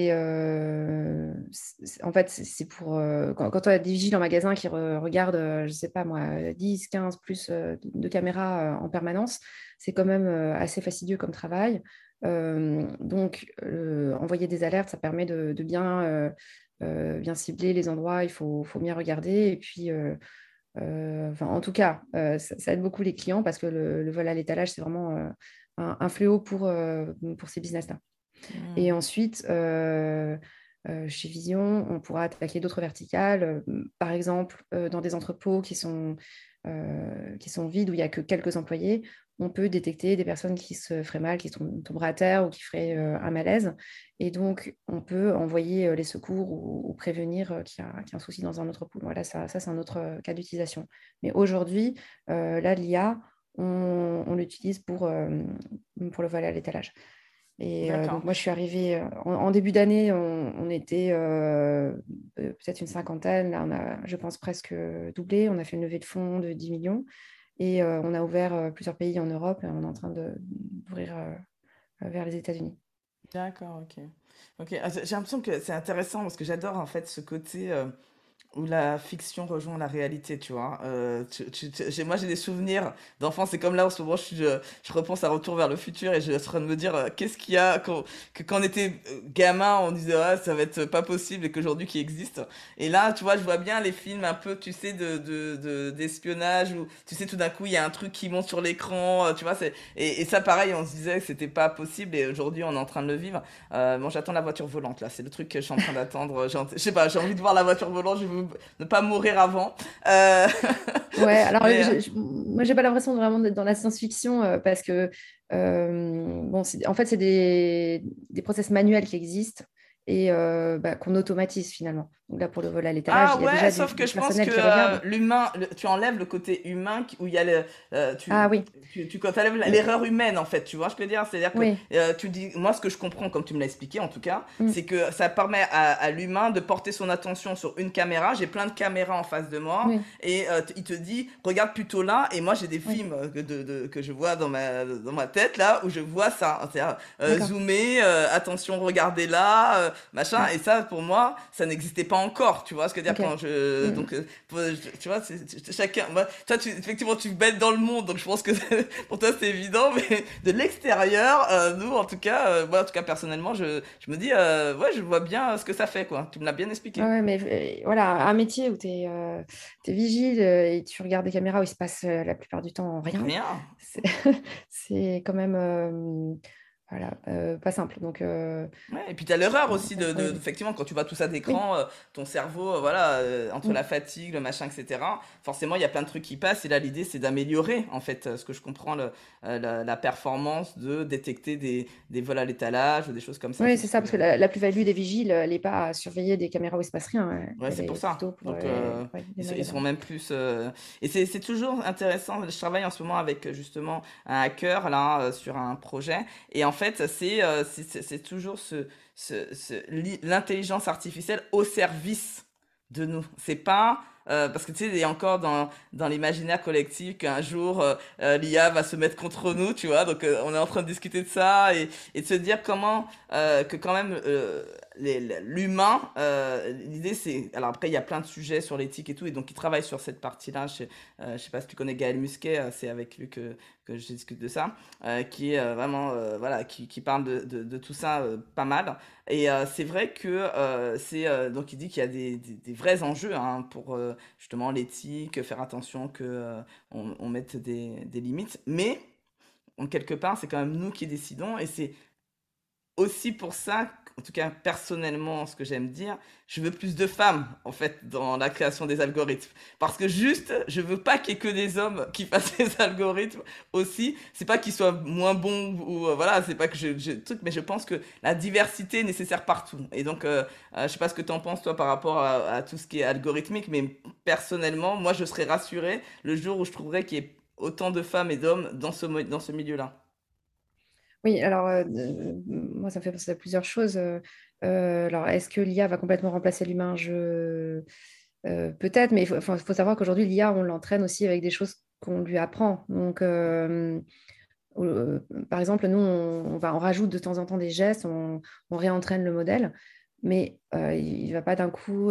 en fait, c'est pour quand on a des vigiles en magasin qui regardent, je ne sais pas moi, 10, 15 plus de caméras en permanence, c'est quand même assez fastidieux comme travail. Donc, envoyer des alertes, ça permet de bien cibler les endroits, il faut bien regarder. Et puis, enfin, en tout cas, ça aide beaucoup les clients parce que le vol à l'étalage, c'est vraiment un fléau pour ces business-là. Et Hmm. ensuite, chez Vision, on pourra attaquer d'autres verticales, par exemple, dans des entrepôts qui sont vides, où il n'y a que quelques employés, on peut détecter des personnes qui se feraient mal, qui tomberaient à terre ou qui feraient un malaise. Et donc, on peut envoyer les secours ou prévenir qu'il y a un souci dans un entrepôt. Voilà, ça c'est un autre cas d'utilisation. Mais aujourd'hui, là, l'IA, on l'utilise pour le vol à l'étalage. Et D'accord. donc, moi, je suis arrivée en début d'année, on était peut-être une cinquantaine. Là, on a, je pense, presque doublé. On a fait une levée de fonds de 10 millions et on a ouvert plusieurs pays en Europe et on est en train d'ouvrir vers les États-Unis. D'accord, ok. Ok, j'ai l'impression que c'est intéressant parce que j'adore en fait ce côté où la fiction rejoint la réalité, tu vois. Moi, j'ai des souvenirs d'enfance. C'est comme là, en ce moment, je repense à Retour vers le futur et je suis en train de me dire qu'est-ce qu'il y a que quand on était gamin, on disait ah, ça va être pas possible et qu'aujourd'hui qui existe. Et là, tu vois, je vois bien les films un peu, tu sais, d'espionnage où, tu sais, tout d'un coup, il y a un truc qui monte sur l'écran, tu vois. Et ça, pareil, on se disait que c'était pas possible et aujourd'hui, on est en train de le vivre. Bon, j'attends la voiture volante, là. C'est le truc que je suis en train d'attendre. Je sais pas, j'ai envie de voir la voiture volante. Je veux ne pas mourir avant. Euh, Ouais, alors mais moi, j'ai pas l'impression vraiment d'être dans la science-fiction parce que, bon, en fait, c'est des process manuels qui existent et qu'on automatise finalement. Donc là, pour le vol à l'étalage, ah il y a ouais, déjà sauf que du je pense personnel que qui regarde. l'humain, tu enlèves le côté humain où il y a Ah oui, quand t'enlèves mais l'erreur humaine en fait, tu vois, ce que je veux dire, c'est-à-dire que oui. tu dis, moi ce que je comprends comme tu me l'as expliqué en tout cas, Mm, c'est que ça permet à l'humain de porter son attention sur une caméra. J'ai plein de caméras en face de moi oui, et il te dit, regarde plutôt là. Et moi j'ai des oui, films que je vois dans ma tête là où je vois ça, c'est-à-dire d'accord. zoomer, attention, regardez là. machin. Mm. Et ça, pour moi, ça n'existait pas encore. Tu vois ce que je veux dire Ok. quand je. Mm. Donc, tu vois, chacun. Moi, toi, effectivement, tu baignes dans le monde, donc je pense que pour toi, c'est évident. Mais de l'extérieur, nous, en tout cas, moi, en tout cas, personnellement, je me dis, ouais, je vois bien ce que ça fait, quoi. Tu me l'as bien Ouais, expliqué. ouais, mais voilà, un métier où tu es, vigile et tu regardes des caméras où il se passe la plupart du temps rien, Rien. c'est c'est quand même voilà, pas simple. Donc, Ouais, et puis tu as l'erreur aussi ça pourrait aider. effectivement, quand tu vois tout ça Oui, d'écran, ton cerveau, voilà, entre la mm. fatigue, le machin, etc., forcément, il y a plein de trucs qui passent, et là, l'idée, c'est d'améliorer, en fait, ce que je comprends, la performance, de détecter des vols à l'étalage, ou des choses comme ça, Oui, c'est c'est ça, super. parce que la plus-value des vigiles, elle n'est pas à surveiller des caméras où il se passe rien. Ouais, Elle c'est pour est ça. plutôt pour Donc, ouais, les ils seront magasins. même plus. Et c'est toujours intéressant. Je travaille en ce moment avec justement un hacker là sur un projet. Et en fait, c'est toujours l'intelligence artificielle au service de nous. C'est pas. Parce que tu sais, il y a encore dans l'imaginaire collectif qu'un jour l'IA va se mettre contre nous, tu vois. Donc on est en train de discuter de ça et de se dire comment que quand même l'humain, l'idée c'est, alors après il y a plein de sujets sur l'éthique et tout, et donc il travaille sur cette partie-là. Je sais pas si tu connais Gaël Musquet, c'est avec lui que je discute de ça, qui est vraiment, voilà, qui parle de tout ça pas mal. Et c'est vrai que donc il dit qu'il y a des vrais enjeux hein, pour justement l'éthique, faire attention que on mette des limites, mais en quelque part c'est quand même nous qui décidons, et c'est aussi pour ça, en tout cas personnellement, ce que j'aime dire, je veux plus de femmes en fait dans la création des algorithmes. Parce que juste, je veux pas qu'il y ait que des hommes qui fassent les algorithmes aussi. C'est pas qu'ils soient moins bons ou voilà, c'est pas que truc, mais je pense que la diversité est nécessaire partout. Et donc, je sais pas ce que tu en penses toi par rapport à tout ce qui est algorithmique, mais personnellement, moi je serais rassuré le jour où je trouverais qu'il y ait autant de femmes et d'hommes dans ce milieu-là. Oui, alors moi, ça me fait penser à plusieurs choses. Alors, est-ce que l'IA va complètement remplacer l'humain? Peut-être, mais faut savoir qu'aujourd'hui, l'IA, on l'entraîne aussi avec des choses qu'on lui apprend. Donc, par exemple, nous, on rajoute de temps en temps des gestes, on réentraîne le modèle, mais il ne va pas d'un coup,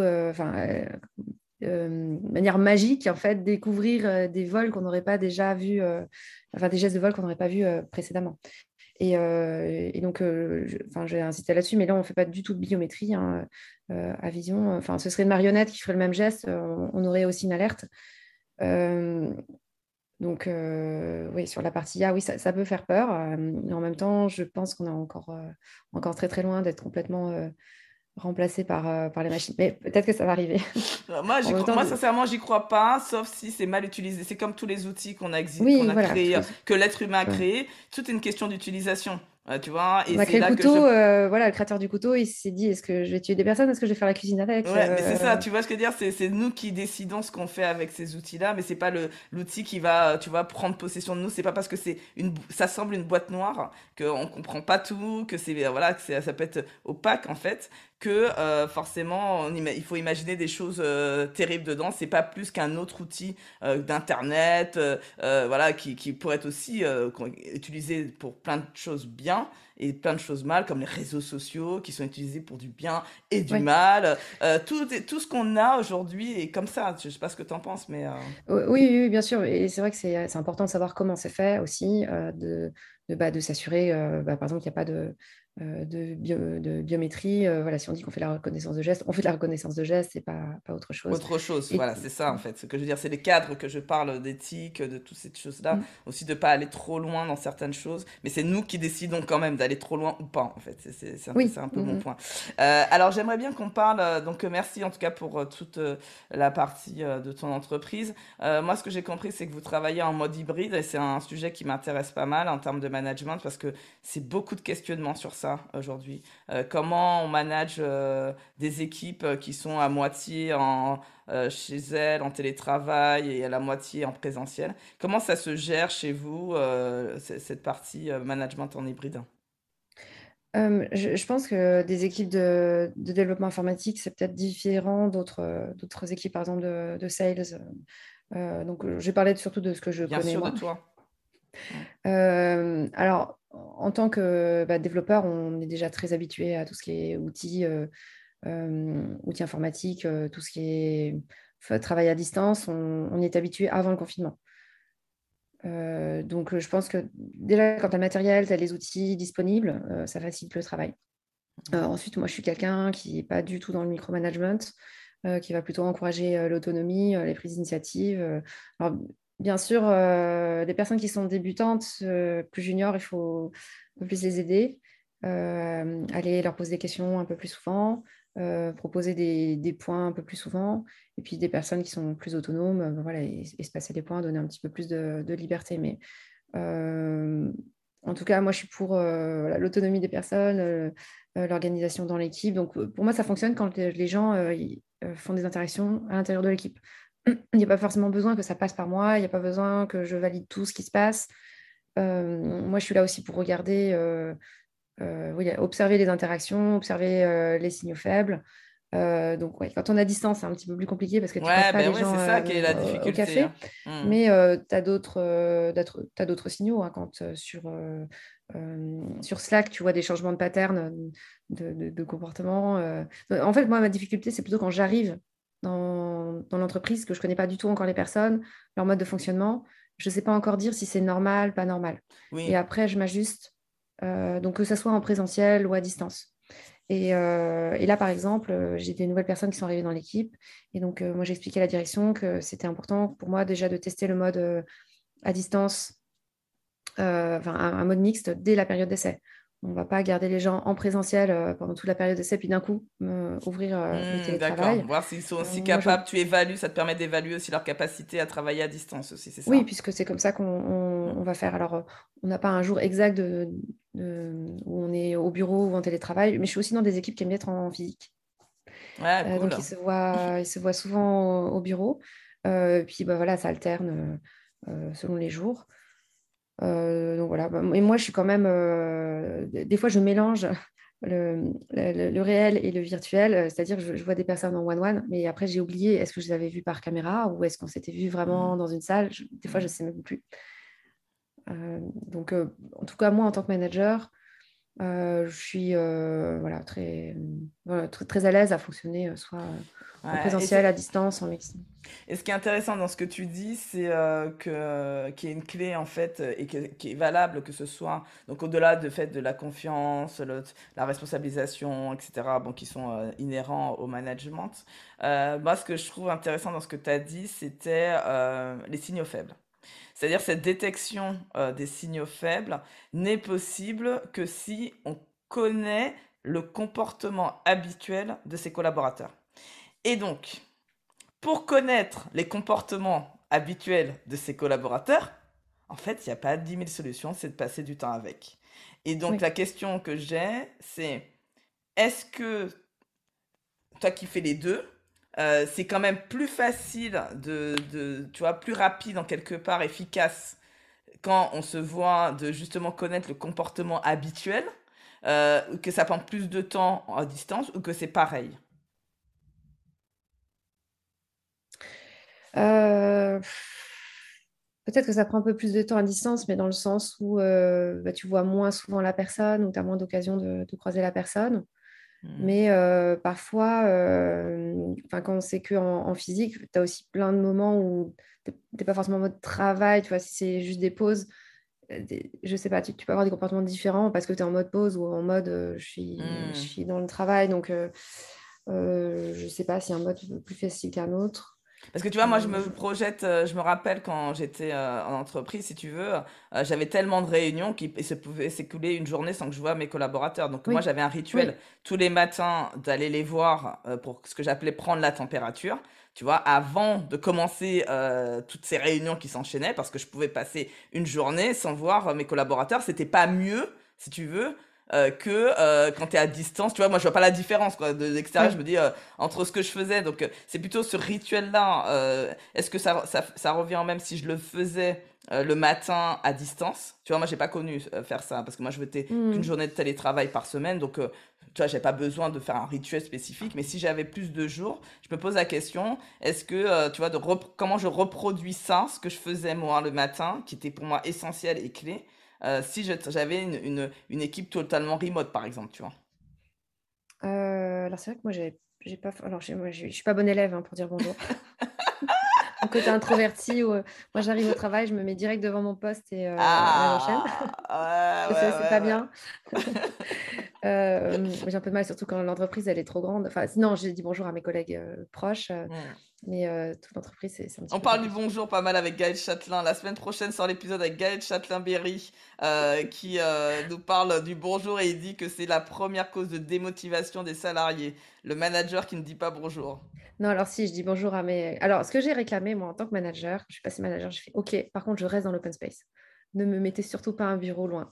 de manière magique, en fait, découvrir des vols qu'on n'aurait pas déjà vus, enfin, des gestes de vol qu'on n'aurait pas vus précédemment. Et donc, j'ai insisté là-dessus, mais là, on ne fait pas du tout de biométrie hein, à vision. Enfin, ce serait une marionnette qui ferait le même geste, on aurait aussi une alerte. Euh, donc, oui, sur la partie IA, oui, ça peut faire peur. Mais en même temps, je pense qu'on est encore très, très loin d'être complètement remplacé par les machines. Mais peut-être que ça va arriver. Moi, En même temps, moi, sincèrement, j'y crois pas, sauf si c'est mal utilisé. C'est comme tous les outils qu'on oui, a voilà. créés, que l'être humain a Ouais. créé. Tout est une question d'utilisation, tu vois. Et On a c'est créé le là que je couteau, voilà, le créateur du couteau, il s'est dit, est-ce que je vais tuer des personnes? Est-ce que je vais faire la cuisine avec? Ouais, mais c'est ça, tu vois ce que je veux dire, c'est nous qui décidons ce qu'on fait avec ces outils-là, mais c'est pas l'outil qui va, tu vois, prendre possession de nous. C'est pas parce que ça semble une boîte noire, qu'on comprend pas tout, que voilà, que ça peut être opaque en fait, que forcément il faut imaginer des choses terribles dedans. C'est pas plus qu'un autre outil d'internet, voilà, qui pourrait être aussi utilisé pour plein de choses bien et plein de choses mal, comme les réseaux sociaux qui sont utilisés pour du bien et du Ouais. mal. Tout ce qu'on a aujourd'hui est comme ça. Je sais pas ce que tu en penses, mais Oui, oui, oui, bien sûr. Et c'est vrai que c'est important de savoir comment c'est fait aussi, de s'assurer, par exemple, qu'il n'y a pas de biométrie. Voilà, si on dit qu'on fait la reconnaissance de gestes, on fait de la reconnaissance de gestes et pas autre chose. autre chose. Et, Voilà, c'est ça en fait. Ce que je veux dire, c'est les cadres que je parle d'éthique, de toutes ces choses-là. mm, Aussi de pas aller trop loin dans certaines choses. Mais c'est nous qui décidons quand même d'aller trop loin ou pas, en fait. C'est oui, un peu mon point. Alors j'aimerais bien qu'on parle, donc merci en tout cas pour toute la partie de ton entreprise. Moi, ce que j'ai compris, c'est que vous travaillez en mode hybride, et c'est un sujet qui m'intéresse pas mal en termes de management, parce que c'est beaucoup de questionnements sur ça aujourd'hui. Comment on manage des équipes qui sont à moitié chez elles en télétravail et à la moitié en présentiel. Comment ça se gère chez vous, cette partie management en hybride? je pense que des équipes de développement informatique, c'est peut-être différent d'autres équipes, par exemple, de sales. Donc, je vais parler surtout de ce que je Bien connais sûr de moi. toi. Mm. Alors, en tant que développeur, on est déjà très habitué à tout ce qui est outils informatiques, tout ce qui est travail à distance. On y est habitué avant le confinement. Donc, je pense que déjà, quand tu as le matériel, tu as les outils disponibles, ça facilite le travail. Ensuite, moi, je suis quelqu'un qui n'est pas du tout dans le micromanagement, qui va plutôt encourager l'autonomie, les prises d'initiative. Alors, bien sûr, les personnes qui sont débutantes, plus juniors, il faut un peu plus les aider, aller leur poser des questions un peu plus souvent, proposer des points un peu plus souvent, et puis des personnes qui sont plus autonomes, voilà, et se passer des points, donner un petit peu plus de liberté. Mais euh, en tout cas, moi, je suis pour voilà, l'autonomie des personnes, l'organisation dans l'équipe. Donc, pour moi, ça fonctionne quand les gens font des interactions à l'intérieur de l'équipe. Il n'y a pas forcément besoin que ça passe par moi, il n'y a pas besoin que je valide tout ce qui se passe. Moi, je suis là aussi pour regarder, oui, observer les interactions, observer les signaux faibles. Donc, ouais, quand on est à distance, c'est un petit peu plus compliqué parce que tu passes Ouais, pas ben les ouais, gens c'est ça qui est la au difficulté, café, hein. Hmm. mais tu as t'as d'autres signaux hein, quand sur Slack, tu vois des changements de pattern de comportement. En fait, moi, ma difficulté, c'est plutôt quand j'arrive dans l'entreprise, que je connais pas du tout encore les personnes, leur mode de fonctionnement. Je sais pas encore dire si c'est normal, pas normal. Et Oui. après, je m'ajuste, donc que ce soit en présentiel ou à distance. Et là, par exemple, j'ai des nouvelles personnes qui sont arrivées dans l'équipe. Et donc, moi, j'ai expliqué à la direction que c'était important pour moi déjà de tester le mode à distance, enfin, un mode mixte dès la période d'essai. On ne va pas garder les gens en présentiel pendant toute la période d'essai, puis d'un coup, ouvrir le D'accord. télétravail. Voir s'ils sont aussi Moi, je capables. Tu évalues, ça te permet d'évaluer aussi leur capacité à travailler à distance aussi, c'est Oui, ça? puisque c'est comme ça qu'on Mm. on va faire. Alors, on n'a pas un jour exact où on est au bureau ou en télétravail, mais je suis aussi dans des équipes qui aiment bien être en physique. Ouais, Donc, cool. ils se voient souvent au bureau. Puis, bah, voilà, ça alterne selon les jours. Donc, voilà. Et moi, je suis quand même... des fois, je mélange le réel et le virtuel. C'est-à-dire que je vois des personnes en one-one, mais après, j'ai oublié, est-ce que je les avais vues par caméra ou est-ce qu'on s'était vu vraiment Mm, dans une salle? Des fois, je ne mm. sais même plus. Donc, en tout cas, moi, en tant que manager, je suis voilà, voilà, très à l'aise à fonctionner soit en Ouais. présentiel, à distance, en mixte. Et ce qui est intéressant dans ce que tu dis, c'est qu'il y a une clé en fait qui est valable, que ce soit donc au-delà de fait de la confiance, la responsabilisation, etc. Bon, qui sont inhérents au management. Moi, ce que je trouve intéressant dans ce que tu as dit, c'était les signaux faibles. C'est-à-dire cette détection des signaux faibles n'est possible que si on connaît le comportement habituel de ses collaborateurs. Et donc, pour connaître les comportements habituels de ses collaborateurs, en fait, il n'y a pas 10 000 solutions, c'est de passer du temps avec. Et donc, Oui. la question que j'ai, c'est est-ce que toi qui fais les deux, c'est quand même plus facile tu vois, plus rapide en quelque part, efficace, quand on se voit de justement connaître le comportement habituel, que ça prend plus de temps à distance ou que c'est pareil? Euh, Peut-être que ça prend un peu plus de temps à distance, mais dans le sens où tu vois moins souvent la personne, ou tu as moins d'occasion de croiser la personne. Hmm. Mais parfois, quand c'est que en physique, tu as aussi plein de moments où tu n'es pas forcément en mode travail, tu vois, si c'est juste des pauses, je sais pas, tu peux avoir des comportements différents parce que tu es en mode pause ou en mode je Hmm. suis dans le travail, donc je sais pas si un mode plus facile qu'un autre. Parce que tu vois, moi, je Je- me projette, je me rappelle quand j'étais en entreprise, si tu veux, j'avais tellement de réunions qu'il se pouvait s'écouler une journée sans que je vois mes collaborateurs. Donc, moi, Oui, j'avais un rituel oui. tous les matins d'aller les voir pour ce que j'appelais prendre la température, tu vois, avant de commencer toutes ces réunions qui s'enchaînaient, parce que je pouvais passer une journée sans voir mes collaborateurs. C'était pas mieux, si tu veux. Que quand tu es à distance, tu vois, moi je vois pas la différence quoi. De l'extérieur, je Oui. me dis entre ce que je faisais. Donc, c'est plutôt ce rituel-là. Est-ce que ça revient au même si je le faisais le matin à distance? Tu vois, moi, j'ai pas connu faire ça parce que moi, je faisais qu'une Hmm. journée de télétravail par semaine. Donc, tu vois, j'ai pas besoin de faire un rituel spécifique. Mais si j'avais plus de jours, je me pose la question, est-ce que, tu vois, comment je reproduis ça, ce que je faisais moi le matin, qui était pour moi essentiel et clé, si j'avais une équipe totalement remote, par exemple, tu vois. Alors, c'est vrai que moi, j'ai pas. Alors, moi, je suis pas bonne élève hein, pour dire bonjour. Mon côté introverti, où moi, j'arrive au travail, je me mets direct devant mon poste et à la chaîne. Ah, Je sais, c'est pas ouais, bien. J'ai un peu de mal, surtout quand l'entreprise, elle est trop grande. Enfin, sinon, j'ai dit bonjour à mes collègues proches, ouais, ouais. mais toute l'entreprise, c'est un petit On peu parle du compliqué. bonjour pas mal avec Gaël Châtelain. La semaine prochaine sort l'épisode avec Gaël Châtelain-Berry qui nous parle du bonjour et il dit que c'est la première cause de démotivation des salariés. Le manager qui ne dit pas bonjour. Non, alors si, je dis bonjour à mes... Alors, ce que j'ai réclamé, moi, en tant que manager, je suis passée manager, j'ai fait, OK, par contre, je reste dans l'open space. Ne me mettez surtout pas un bureau loin.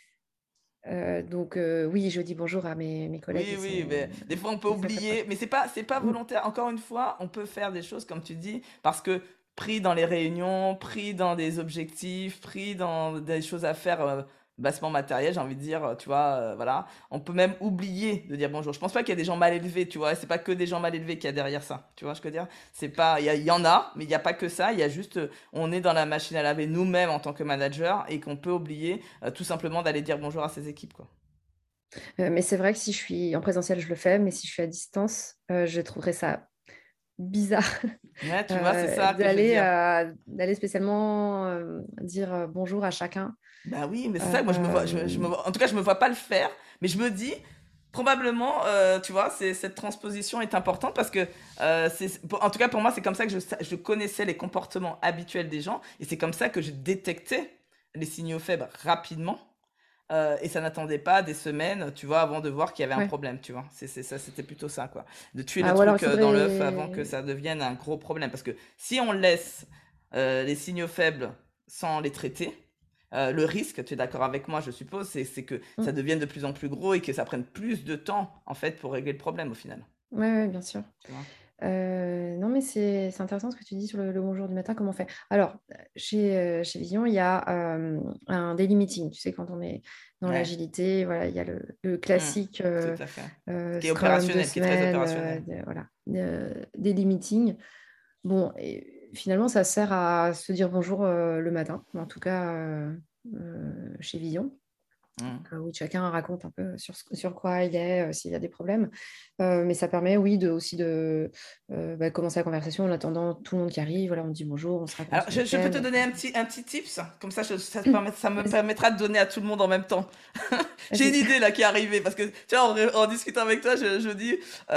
Donc, oui, je dis bonjour à mes collègues, Oui, oui, mais des fois on peut ils sont très oublier, proches. mais c'est pas Mm. volontaire. Encore une fois, on peut faire des choses comme tu dis, parce que pris dans les réunions, pris dans des objectifs, pris dans des choses à faire bassement matérielles, j'ai envie de dire, tu vois, voilà. On peut même oublier de dire bonjour. Je pense pas qu'il y a des gens mal élevés, tu vois. C'est pas que des gens mal élevés qu'il y a derrière ça. Tu vois ce que je veux dire? C'est pas, il y en a, mais il y a pas que ça. Il y a juste, on est dans la machine à laver nous-mêmes en tant que manager et qu'on peut oublier tout simplement d'aller dire bonjour à ses équipes, quoi. Mais c'est vrai que si je suis en présentiel, je le fais, mais si je suis à distance, je trouverais ça bizarre Ouais, tu vois, c'est ça que je veux dire. d'aller spécialement dire bonjour à chacun. Bah oui, mais c'est ça que moi je me Euh, vois, en tout cas je me vois pas le faire, mais je me dis probablement, tu vois, cette transposition est importante parce que en tout cas pour moi c'est comme ça que je connaissais les comportements habituels des gens et c'est comme ça que je détectais les signaux faibles rapidement et ça n'attendait pas des semaines, tu vois, avant de voir qu'il y avait un ouais. problème, tu vois. Ça, c'était plutôt ça, quoi. De tuer le Ah, ou alors, il truc dans l'œuf avant que faudrait... ça devienne un gros problème. Parce que si on laisse les signaux faibles sans les traiter, le risque, tu es d'accord avec moi, je suppose, c'est que ça Mm. devienne de plus en plus gros et que ça prenne plus de temps, en fait, pour régler le problème, au final. Ouais, ouais, bien sûr. Tu vois? Non, mais c'est intéressant ce que tu dis sur le bonjour du matin, comment on fait. Alors, chez Vision, il y a un daily meeting. Tu sais, quand on est dans Ouais. l'agilité, voilà, il y a le Mm. classique Tout à fait. Qui est Scrum de opérationnel, qui est très semaine, opérationnel. voilà, daily meeting. Bon, et finalement, ça sert à se dire bonjour le matin, en tout cas chez Vision. Mm. Oui, chacun raconte un peu sur quoi il est, s'il y a des problèmes. Mais ça permet, oui, aussi de commencer la conversation en attendant tout le monde qui arrive. Voilà, on dit bonjour, on se raconte Alors, son je peux week-end. te donner Enfin, un petit tips, comme ça, ça me vas-y, permettra de donner à tout le monde en même temps. J'ai une vas-y. idée là qui est arrivée, parce que, tu vois, en discutant avec toi, je dis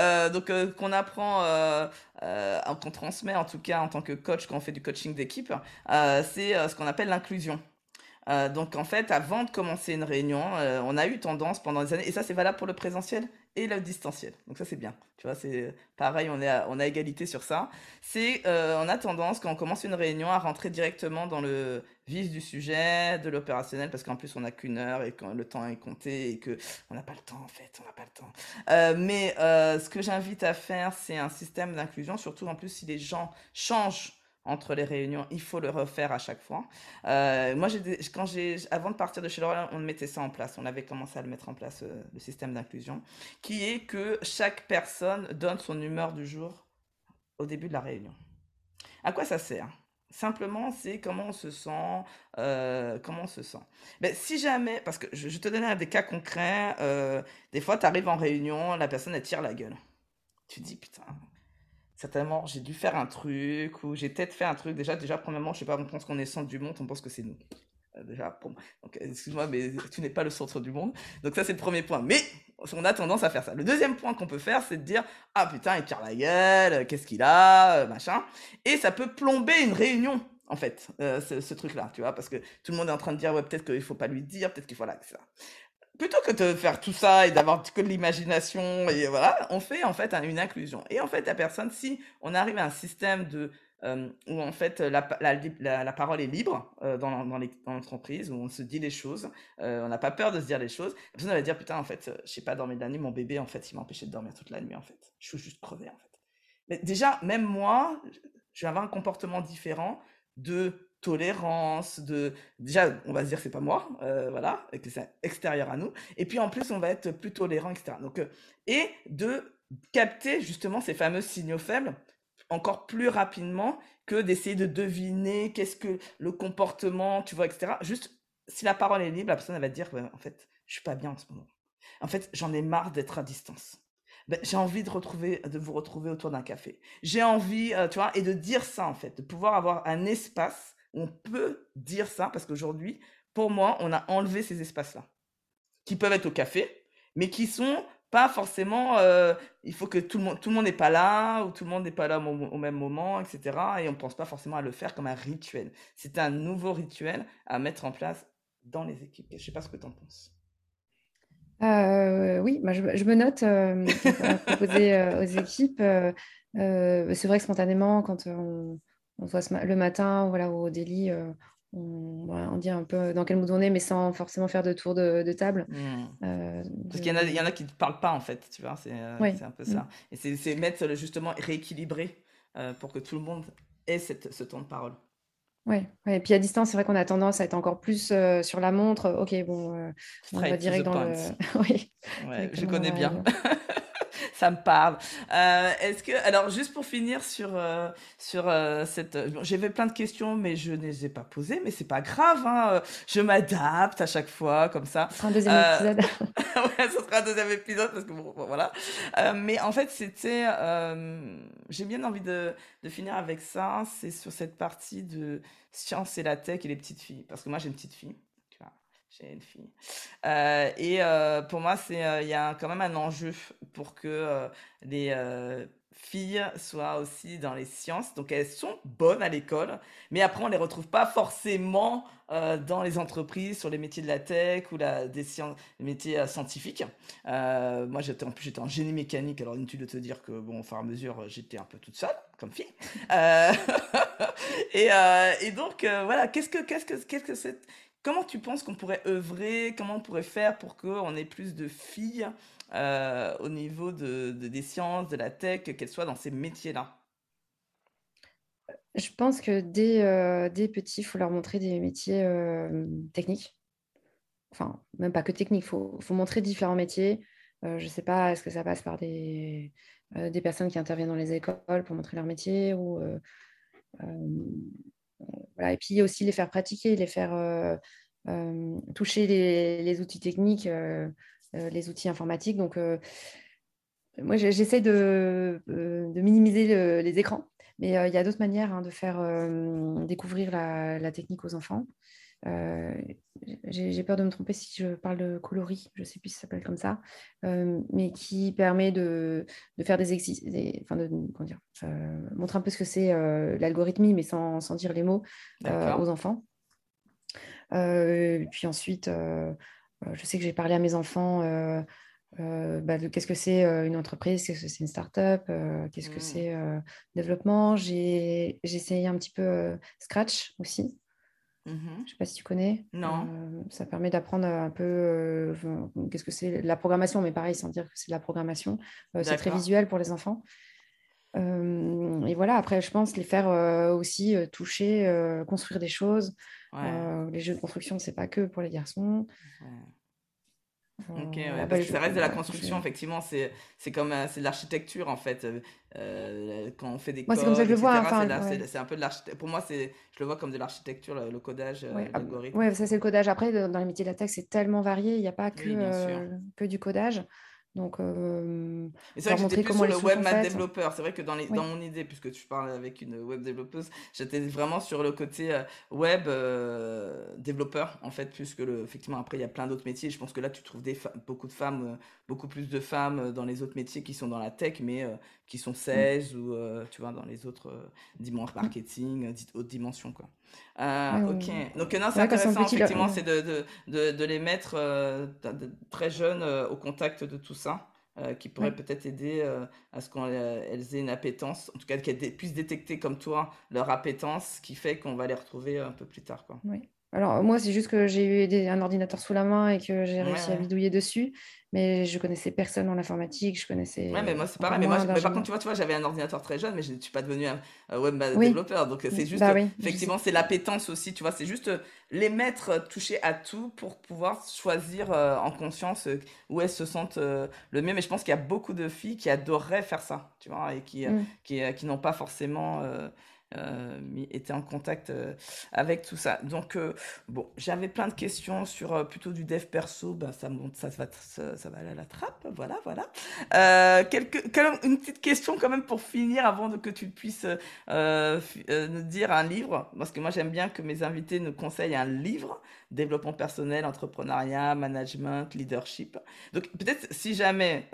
qu'on apprend, qu'on transmet en tout cas en tant que coach quand on fait du coaching d'équipe, c'est ce qu'on appelle l'inclusion. Donc en fait, avant de commencer une réunion, on a eu tendance pendant des années, et ça c'est valable pour le présentiel et le distanciel. Donc ça c'est bien. Tu vois, c'est pareil, on a égalité sur ça. C'est on a tendance quand on commence une réunion à rentrer directement dans le vif du sujet, de l'opérationnel, parce qu'en plus on n'a qu'une heure et quand le temps est compté et que on n'a pas le temps en fait, on n'a pas le temps. Mais ce que j'invite à faire, c'est un système d'inclusion, surtout en plus si les gens changent entre les réunions, il faut le refaire à chaque fois. Moi, avant de partir de chez L'Oréal, on mettait ça en place. On avait commencé à le mettre en place, le système d'inclusion, qui est que chaque personne donne son humeur du jour au début de la réunion. À quoi ça sert? Simplement, c'est comment on se sent, comment on se sent. Mais si jamais, parce que je te donne des cas concrets, des fois, tu arrives en réunion, la personne, elle tire la gueule. Tu te dis, putain, certainement, j'ai dû faire un truc, ou j'ai peut-être fait un truc. Déjà, premièrement, je sais pas, on pense qu'on est le centre du monde, on pense que c'est nous. Déjà, donc, excuse-moi, mais tu n'es pas le centre du monde. Donc ça, c'est le premier point. Mais on a tendance à faire ça. Le deuxième point qu'on peut faire, c'est de dire, ah putain, il tire la gueule, qu'est-ce qu'il a, machin. Et ça peut plomber une réunion, en fait, ce truc-là, tu vois, parce que tout le monde est en train de dire, ouais, peut-être qu'il faut pas lui dire, peut-être qu'il faut là, etc. Plutôt que de faire tout ça et d'avoir que de l'imagination et voilà, on fait en fait une inclusion. Et en fait, la personne, si on arrive à un système où en fait la parole est libre dans l'entreprise, où on se dit les choses, on n'a pas peur de se dire les choses, la personne va dire putain en fait, je sais pas dormir de la nuit, mon bébé en fait il m'a empêché de dormir toute la nuit en fait. Je suis juste crevé en fait. Mais déjà, même moi, je vais avoir un comportement différent de tolérance, déjà, on va se dire que c'est pas moi, voilà, et que c'est extérieur à nous. Et puis en plus, on va être plus tolérant, etc. Donc, et de capter justement ces fameux signaux faibles encore plus rapidement que d'essayer de deviner qu'est-ce que le comportement, tu vois, etc. Juste si la parole est libre, la personne elle va te dire, ouais, en fait, je suis pas bien en ce moment. En fait, j'en ai marre d'être à distance. Ben, j'ai envie de vous retrouver autour d'un café. J'ai envie, tu vois, et de dire ça en fait, de pouvoir avoir un espace où on peut dire ça, parce qu'aujourd'hui, pour moi, on a enlevé ces espaces-là, qui peuvent être au café, mais qui sont pas forcément. Il faut que tout le monde n'est pas là, ou tout le monde n'est pas là au même moment, etc. Et on pense pas forcément à le faire comme un rituel. C'est un nouveau rituel à mettre en place dans les équipes. Je sais pas ce que tu en penses. Oui, moi, je me note à proposer aux équipes. C'est vrai que spontanément, quand on se voit le matin, voilà, au délit, voilà, on dit un peu dans quel mood on est, mais sans forcément faire de tour de table. Hmm. Parce qu'il y en De... a qui ne parlent pas en fait, tu vois, Ouais. c'est un peu Mm. ça. Et c'est mettre justement rééquilibrer pour que tout le monde ait ce temps de parole. Ouais, ouais. Et puis à distance, c'est vrai qu'on a tendance à être encore plus sur la montre. Ok, bon, on va Straight to the direct dans le. point. Oui, Ouais, je directement dans connais la bien. réunion. Ça me parle. Alors juste pour finir sur cette, bon, j'avais plein de questions, mais je ne les ai pas posées, mais c'est pas grave, hein. Je m'adapte à chaque fois comme ça. Ce sera un deuxième Euh, épisode. ouais, ce sera un deuxième épisode parce que bon, voilà. Mais en fait, j'ai bien envie de finir avec ça. C'est sur cette partie de science et la tech et les petites filles, parce que moi j'ai une petite fille. Tu vois, j'ai une fille. Pour moi, il y a quand même un enjeu pour que les filles soient aussi dans les sciences. Donc elles sont bonnes à l'école, mais après on les retrouve pas forcément dans les entreprises, sur les métiers de la tech ou des sciences, les métiers scientifiques. Moi, j'étais en génie mécanique, alors inutile de te dire que, bon, au fur et à mesure, j'étais un peu toute seule, comme fille. Euh, et donc, voilà, qu'est-ce que c'est? Comment tu penses qu'on pourrait œuvrer? Comment on pourrait faire pour qu'on ait plus de filles au niveau des sciences, de la tech, qu'elles soient dans ces métiers-là? Je pense que dès petit, il faut leur montrer des métiers techniques. Enfin, même pas que techniques, faut montrer différents métiers. Je ne sais pas, est-ce que ça passe par des personnes qui interviennent dans les écoles pour montrer leur métier ou, euh, voilà. Et puis aussi les faire pratiquer, les faire toucher les outils techniques, les outils informatiques. Donc, moi, j'essaie de minimiser les écrans, mais il y a d'autres manières hein, de faire découvrir la technique aux enfants. Euh, j'ai peur de me tromper si je parle de coloris, je ne sais plus si ça s'appelle comme ça, mais qui permet de faire des exercices, enfin comment dire, montrer un peu ce que c'est l'algorithmie, mais sans dire les mots D'accord. aux enfants. Puis ensuite, je sais que j'ai parlé à mes enfants bah, de qu'est-ce que c'est une entreprise, qu'est-ce que c'est une start-up, qu'est-ce que Hmm. c'est développement. J'ai essayé un petit peu Scratch aussi. Mhm. Je ne sais pas si tu connais. Non. Ça permet d'apprendre un peu qu'est-ce que c'est la programmation, mais pareil, sans dire que c'est de la programmation. C'est très D'accord. visuel pour les enfants. Et voilà, après, je pense les faire aussi toucher, construire des choses. Ouais. Les jeux de construction, c'est pas que pour les garçons. Ouais. Ok, ouais, Voilà, parce bah, que ça reste de la voilà, construction, effectivement, c'est comme c'est de l'architecture en fait. Quand on fait des moi, c'est comme ça que codes, je le vois, hein. etc., Enfin, ouais. c'est un peu de l'architecture. Pour moi, je le vois comme de l'architecture, le codage, Ouais, l'algorithme. ouais, ça c'est le codage. Après, dans les métiers de la tech, c'est tellement varié, il n'y a pas Oui, bien sûr. que du codage. Donc, Mais c'est vrai leur que j'étais montrer plus comment sur les le choses sont webmaster faites. développeur. C'est vrai que dans Oui. mon idée, puisque tu parles avec une web développeuse, j'étais vraiment sur le côté web développeur, en fait, plus que effectivement, après, il y a plein d'autres métiers. Je pense que là, tu trouves beaucoup de femmes, beaucoup plus de femmes dans les autres métiers qui sont dans la tech, mais qui sont Mm, 16 ou, tu vois, dans les autres dimensions mm. marketing, autres dimensions, quoi. Ouais, Ok. Donc, non, c'est c'est vrai, quand ils sont intéressant, petits, effectivement, c'est de les mettre très jeunes au contact de tout ça qui pourrait ouais. peut-être aider à ce qu'elles aient une appétence, en tout cas qu'elles puissent détecter comme toi leur appétence, ce qui fait qu'on va les retrouver un peu plus tard, quoi. Oui. Alors, moi, c'est juste que j'ai eu un ordinateur sous la main et que j'ai Ouais, réussi à ouais. bidouiller dessus, mais je connaissais personne en informatique, je Ouais, mais connaissais moi c'est encore pareil. moins Mais par contre, d'ingénieurs. tu vois, j'avais un ordinateur très jeune, mais je ne suis pas devenu un web Oui, développeur. Donc c'est juste, bah oui, je sais. effectivement, c'est l'appétence aussi, tu vois. C'est juste les mettre toucher à tout pour pouvoir choisir en conscience où elles se sentent le mieux. Mais je pense qu'il y a beaucoup de filles qui adoreraient faire ça, tu vois, et Mm. qui n'ont pas forcément était en contact avec tout ça. Donc, bon, j'avais plein de questions sur plutôt du dev perso. Ben, ça monte, ça va aller à la trappe. Voilà, voilà. Une petite question quand même pour finir avant que tu puisses nous dire un livre. Parce que moi, j'aime bien que mes invités nous conseillent un livre. Développement personnel, entrepreneuriat, management, leadership. Donc, peut-être si jamais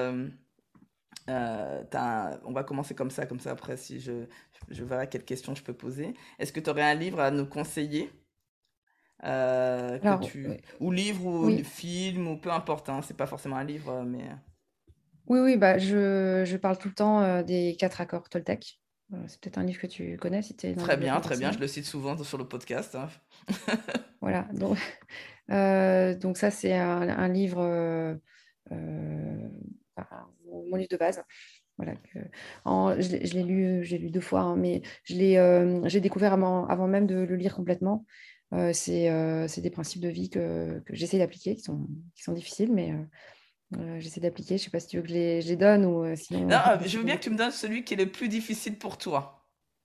on va commencer comme ça après, si je verrai quelles questions je peux poser. Est-ce que tu aurais un livre à nous conseiller Alors, ou livre ou oui, film ou peu importe, hein, c'est pas forcément un livre, mais oui, bah, je parle tout le temps des quatre accords Toltec. C'est peut-être un livre que tu connais si tu es dans le développement très bien, je personnel. le cite souvent sur le podcast, hein. Voilà, donc, donc ça, c'est un livre, euh, enfin, mon livre de base. Voilà, je l'ai lu, j'ai lu deux fois, hein, mais j'ai découvert avant même de le lire complètement. C'est des principes de vie que j'essaie d'appliquer, qui sont difficiles, mais j'essaie d'appliquer. Je ne sais pas si tu veux que je les donne ou sinon Non, on je se veux pose bien des que tu me questions. donnes celui qui est le plus difficile pour toi.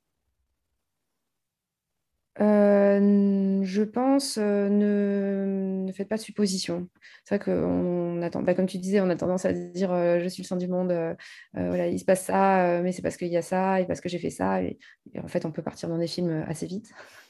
Je pense, ne faites pas de suppositions. C'est vrai qu'on attend, bah, comme tu disais, on a tendance à dire je suis le centre du monde, voilà, il se passe ça, mais c'est parce qu'il y a ça et parce que j'ai fait ça. Et en fait, on peut partir dans des films assez vite.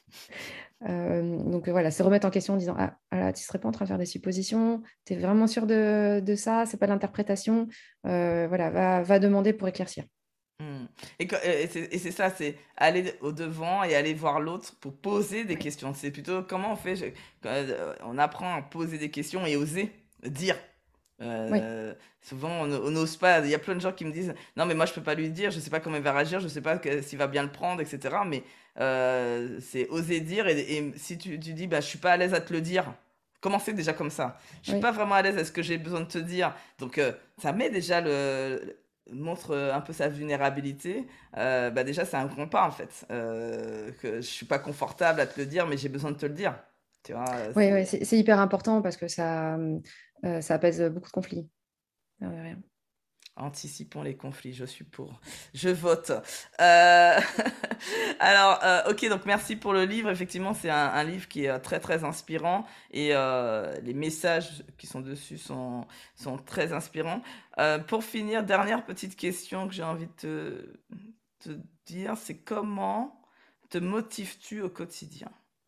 Donc voilà, se remettre en question en disant ah là, tu ne serais pas en train de faire des suppositions, tu es vraiment sûr de ça, c'est pas de l'interprétation. Voilà, va demander pour éclaircir. Hmm. Et c'est ça, c'est aller au devant et aller voir l'autre pour poser des Ouais, questions. C'est plutôt comment on fait, on apprend à poser des questions et oser dire. oui, Souvent, on n'ose pas. Il y a plein de gens qui me disent, non, mais moi, je peux pas lui dire, je sais pas comment il va réagir, je sais pas s'il va bien le prendre, etc. Mais c'est oser dire. Et si tu dis, bah, je suis pas à l'aise à te le dire, commencez déjà comme ça. Je suis oui. pas vraiment à l'aise à ce que j'ai besoin de te dire. Donc, ça met déjà montre un peu sa vulnérabilité. Bah, déjà, c'est un grand pas, en fait. Que je suis pas confortable à te le dire, mais j'ai besoin de te le dire. Tu vois, Oui, ouais, c'est. c'est hyper important parce que ça apaise beaucoup de conflits. Rien. Anticipons les conflits, je suis pour. Je vote. Euh, Alors, ok, donc merci pour le livre. Effectivement, c'est un livre qui est très très inspirant et les messages qui sont dessus sont très inspirants. Pour finir, dernière petite question que j'ai envie de te dire, c'est comment te motives-tu au quotidien?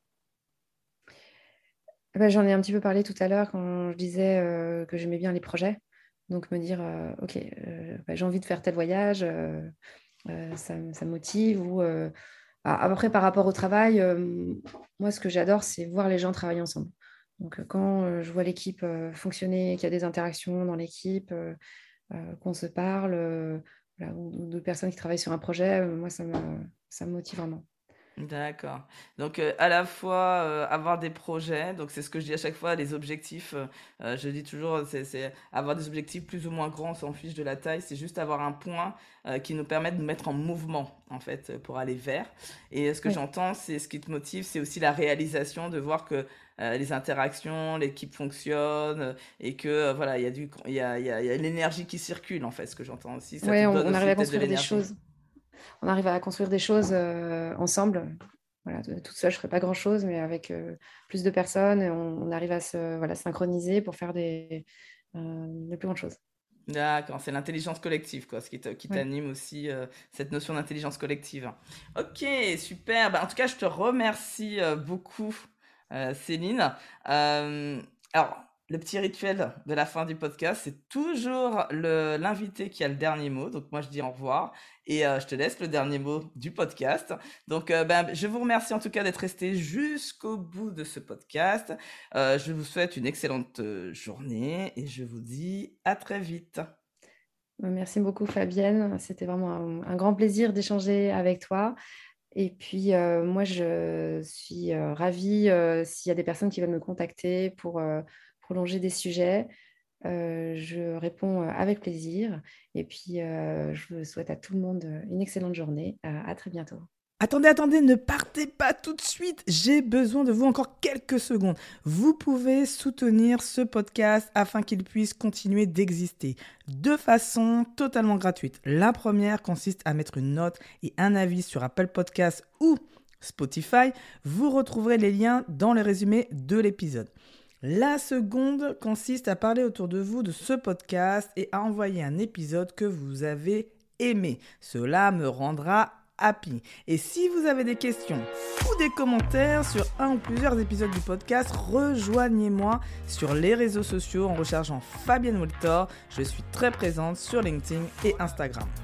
Ben, j'en ai un petit peu parlé tout à l'heure quand je disais que j'aimais bien les projets. Donc me dire, OK, ben, j'ai envie de faire tel voyage, ça me motive. Après, par rapport au travail, moi, ce que j'adore, c'est voir les gens travailler ensemble. Donc quand je vois l'équipe fonctionner, qu'il y a des interactions dans l'équipe, qu'on se parle, voilà, ou de personnes qui travaillent sur un projet, moi, ça me motive vraiment. D'accord. Donc, à la fois, avoir des projets, donc c'est ce que je dis à chaque fois, les objectifs, je dis toujours, c'est avoir des objectifs plus ou moins grands, on s'en fiche de la taille, c'est juste avoir un point, qui nous permet de nous mettre en mouvement, en fait, pour aller vers. Et ce que Oui. j'entends, c'est ce qui te motive, c'est aussi la réalisation de voir que, les interactions, l'équipe fonctionne, et que, voilà, il y a l'énergie qui circule, en fait, ce que j'entends aussi. Ça te Ouais, donne on arrive aussi à peut-être de construire des l'énergie. choses. On arrive à construire des choses ensemble. Voilà, toute seule, je ne ferai pas grand-chose, mais avec plus de personnes, on arrive à se voilà, synchroniser pour faire des plus grandes choses. D'accord, c'est l'intelligence collective, quoi, qui Ouais. t'anime aussi, cette notion d'intelligence collective. Ok, super. Bah, en tout cas, je te remercie beaucoup, Céline. Euh, alors, le petit rituel de la fin du podcast, c'est toujours l'invité qui a le dernier mot. Donc, moi, je dis au revoir et je te laisse le dernier mot du podcast. Donc, ben, je vous remercie en tout cas d'être resté jusqu'au bout de ce podcast. Je vous souhaite une excellente journée et je vous dis à très vite. Merci beaucoup, Fabienne. C'était vraiment un grand plaisir d'échanger avec toi. Et puis, moi, je suis ravie s'il y a des personnes qui veulent me contacter pour prolonger des sujets. Je réponds avec plaisir. Et puis, je souhaite à tout le monde une excellente journée. À très bientôt. Attendez, ne partez pas tout de suite. J'ai besoin de vous encore quelques secondes. Vous pouvez soutenir ce podcast afin qu'il puisse continuer d'exister de façon totalement gratuite. La première consiste à mettre une note et un avis sur Apple Podcasts ou Spotify. Vous retrouverez les liens dans le résumé de l'épisode. La seconde consiste à parler autour de vous de ce podcast et à envoyer un épisode que vous avez aimé. Cela me rendra happy. Et si vous avez des questions ou des commentaires sur un ou plusieurs épisodes du podcast, rejoignez-moi sur les réseaux sociaux en recherchant Fabienne Woltor. Je suis très présente sur LinkedIn et Instagram.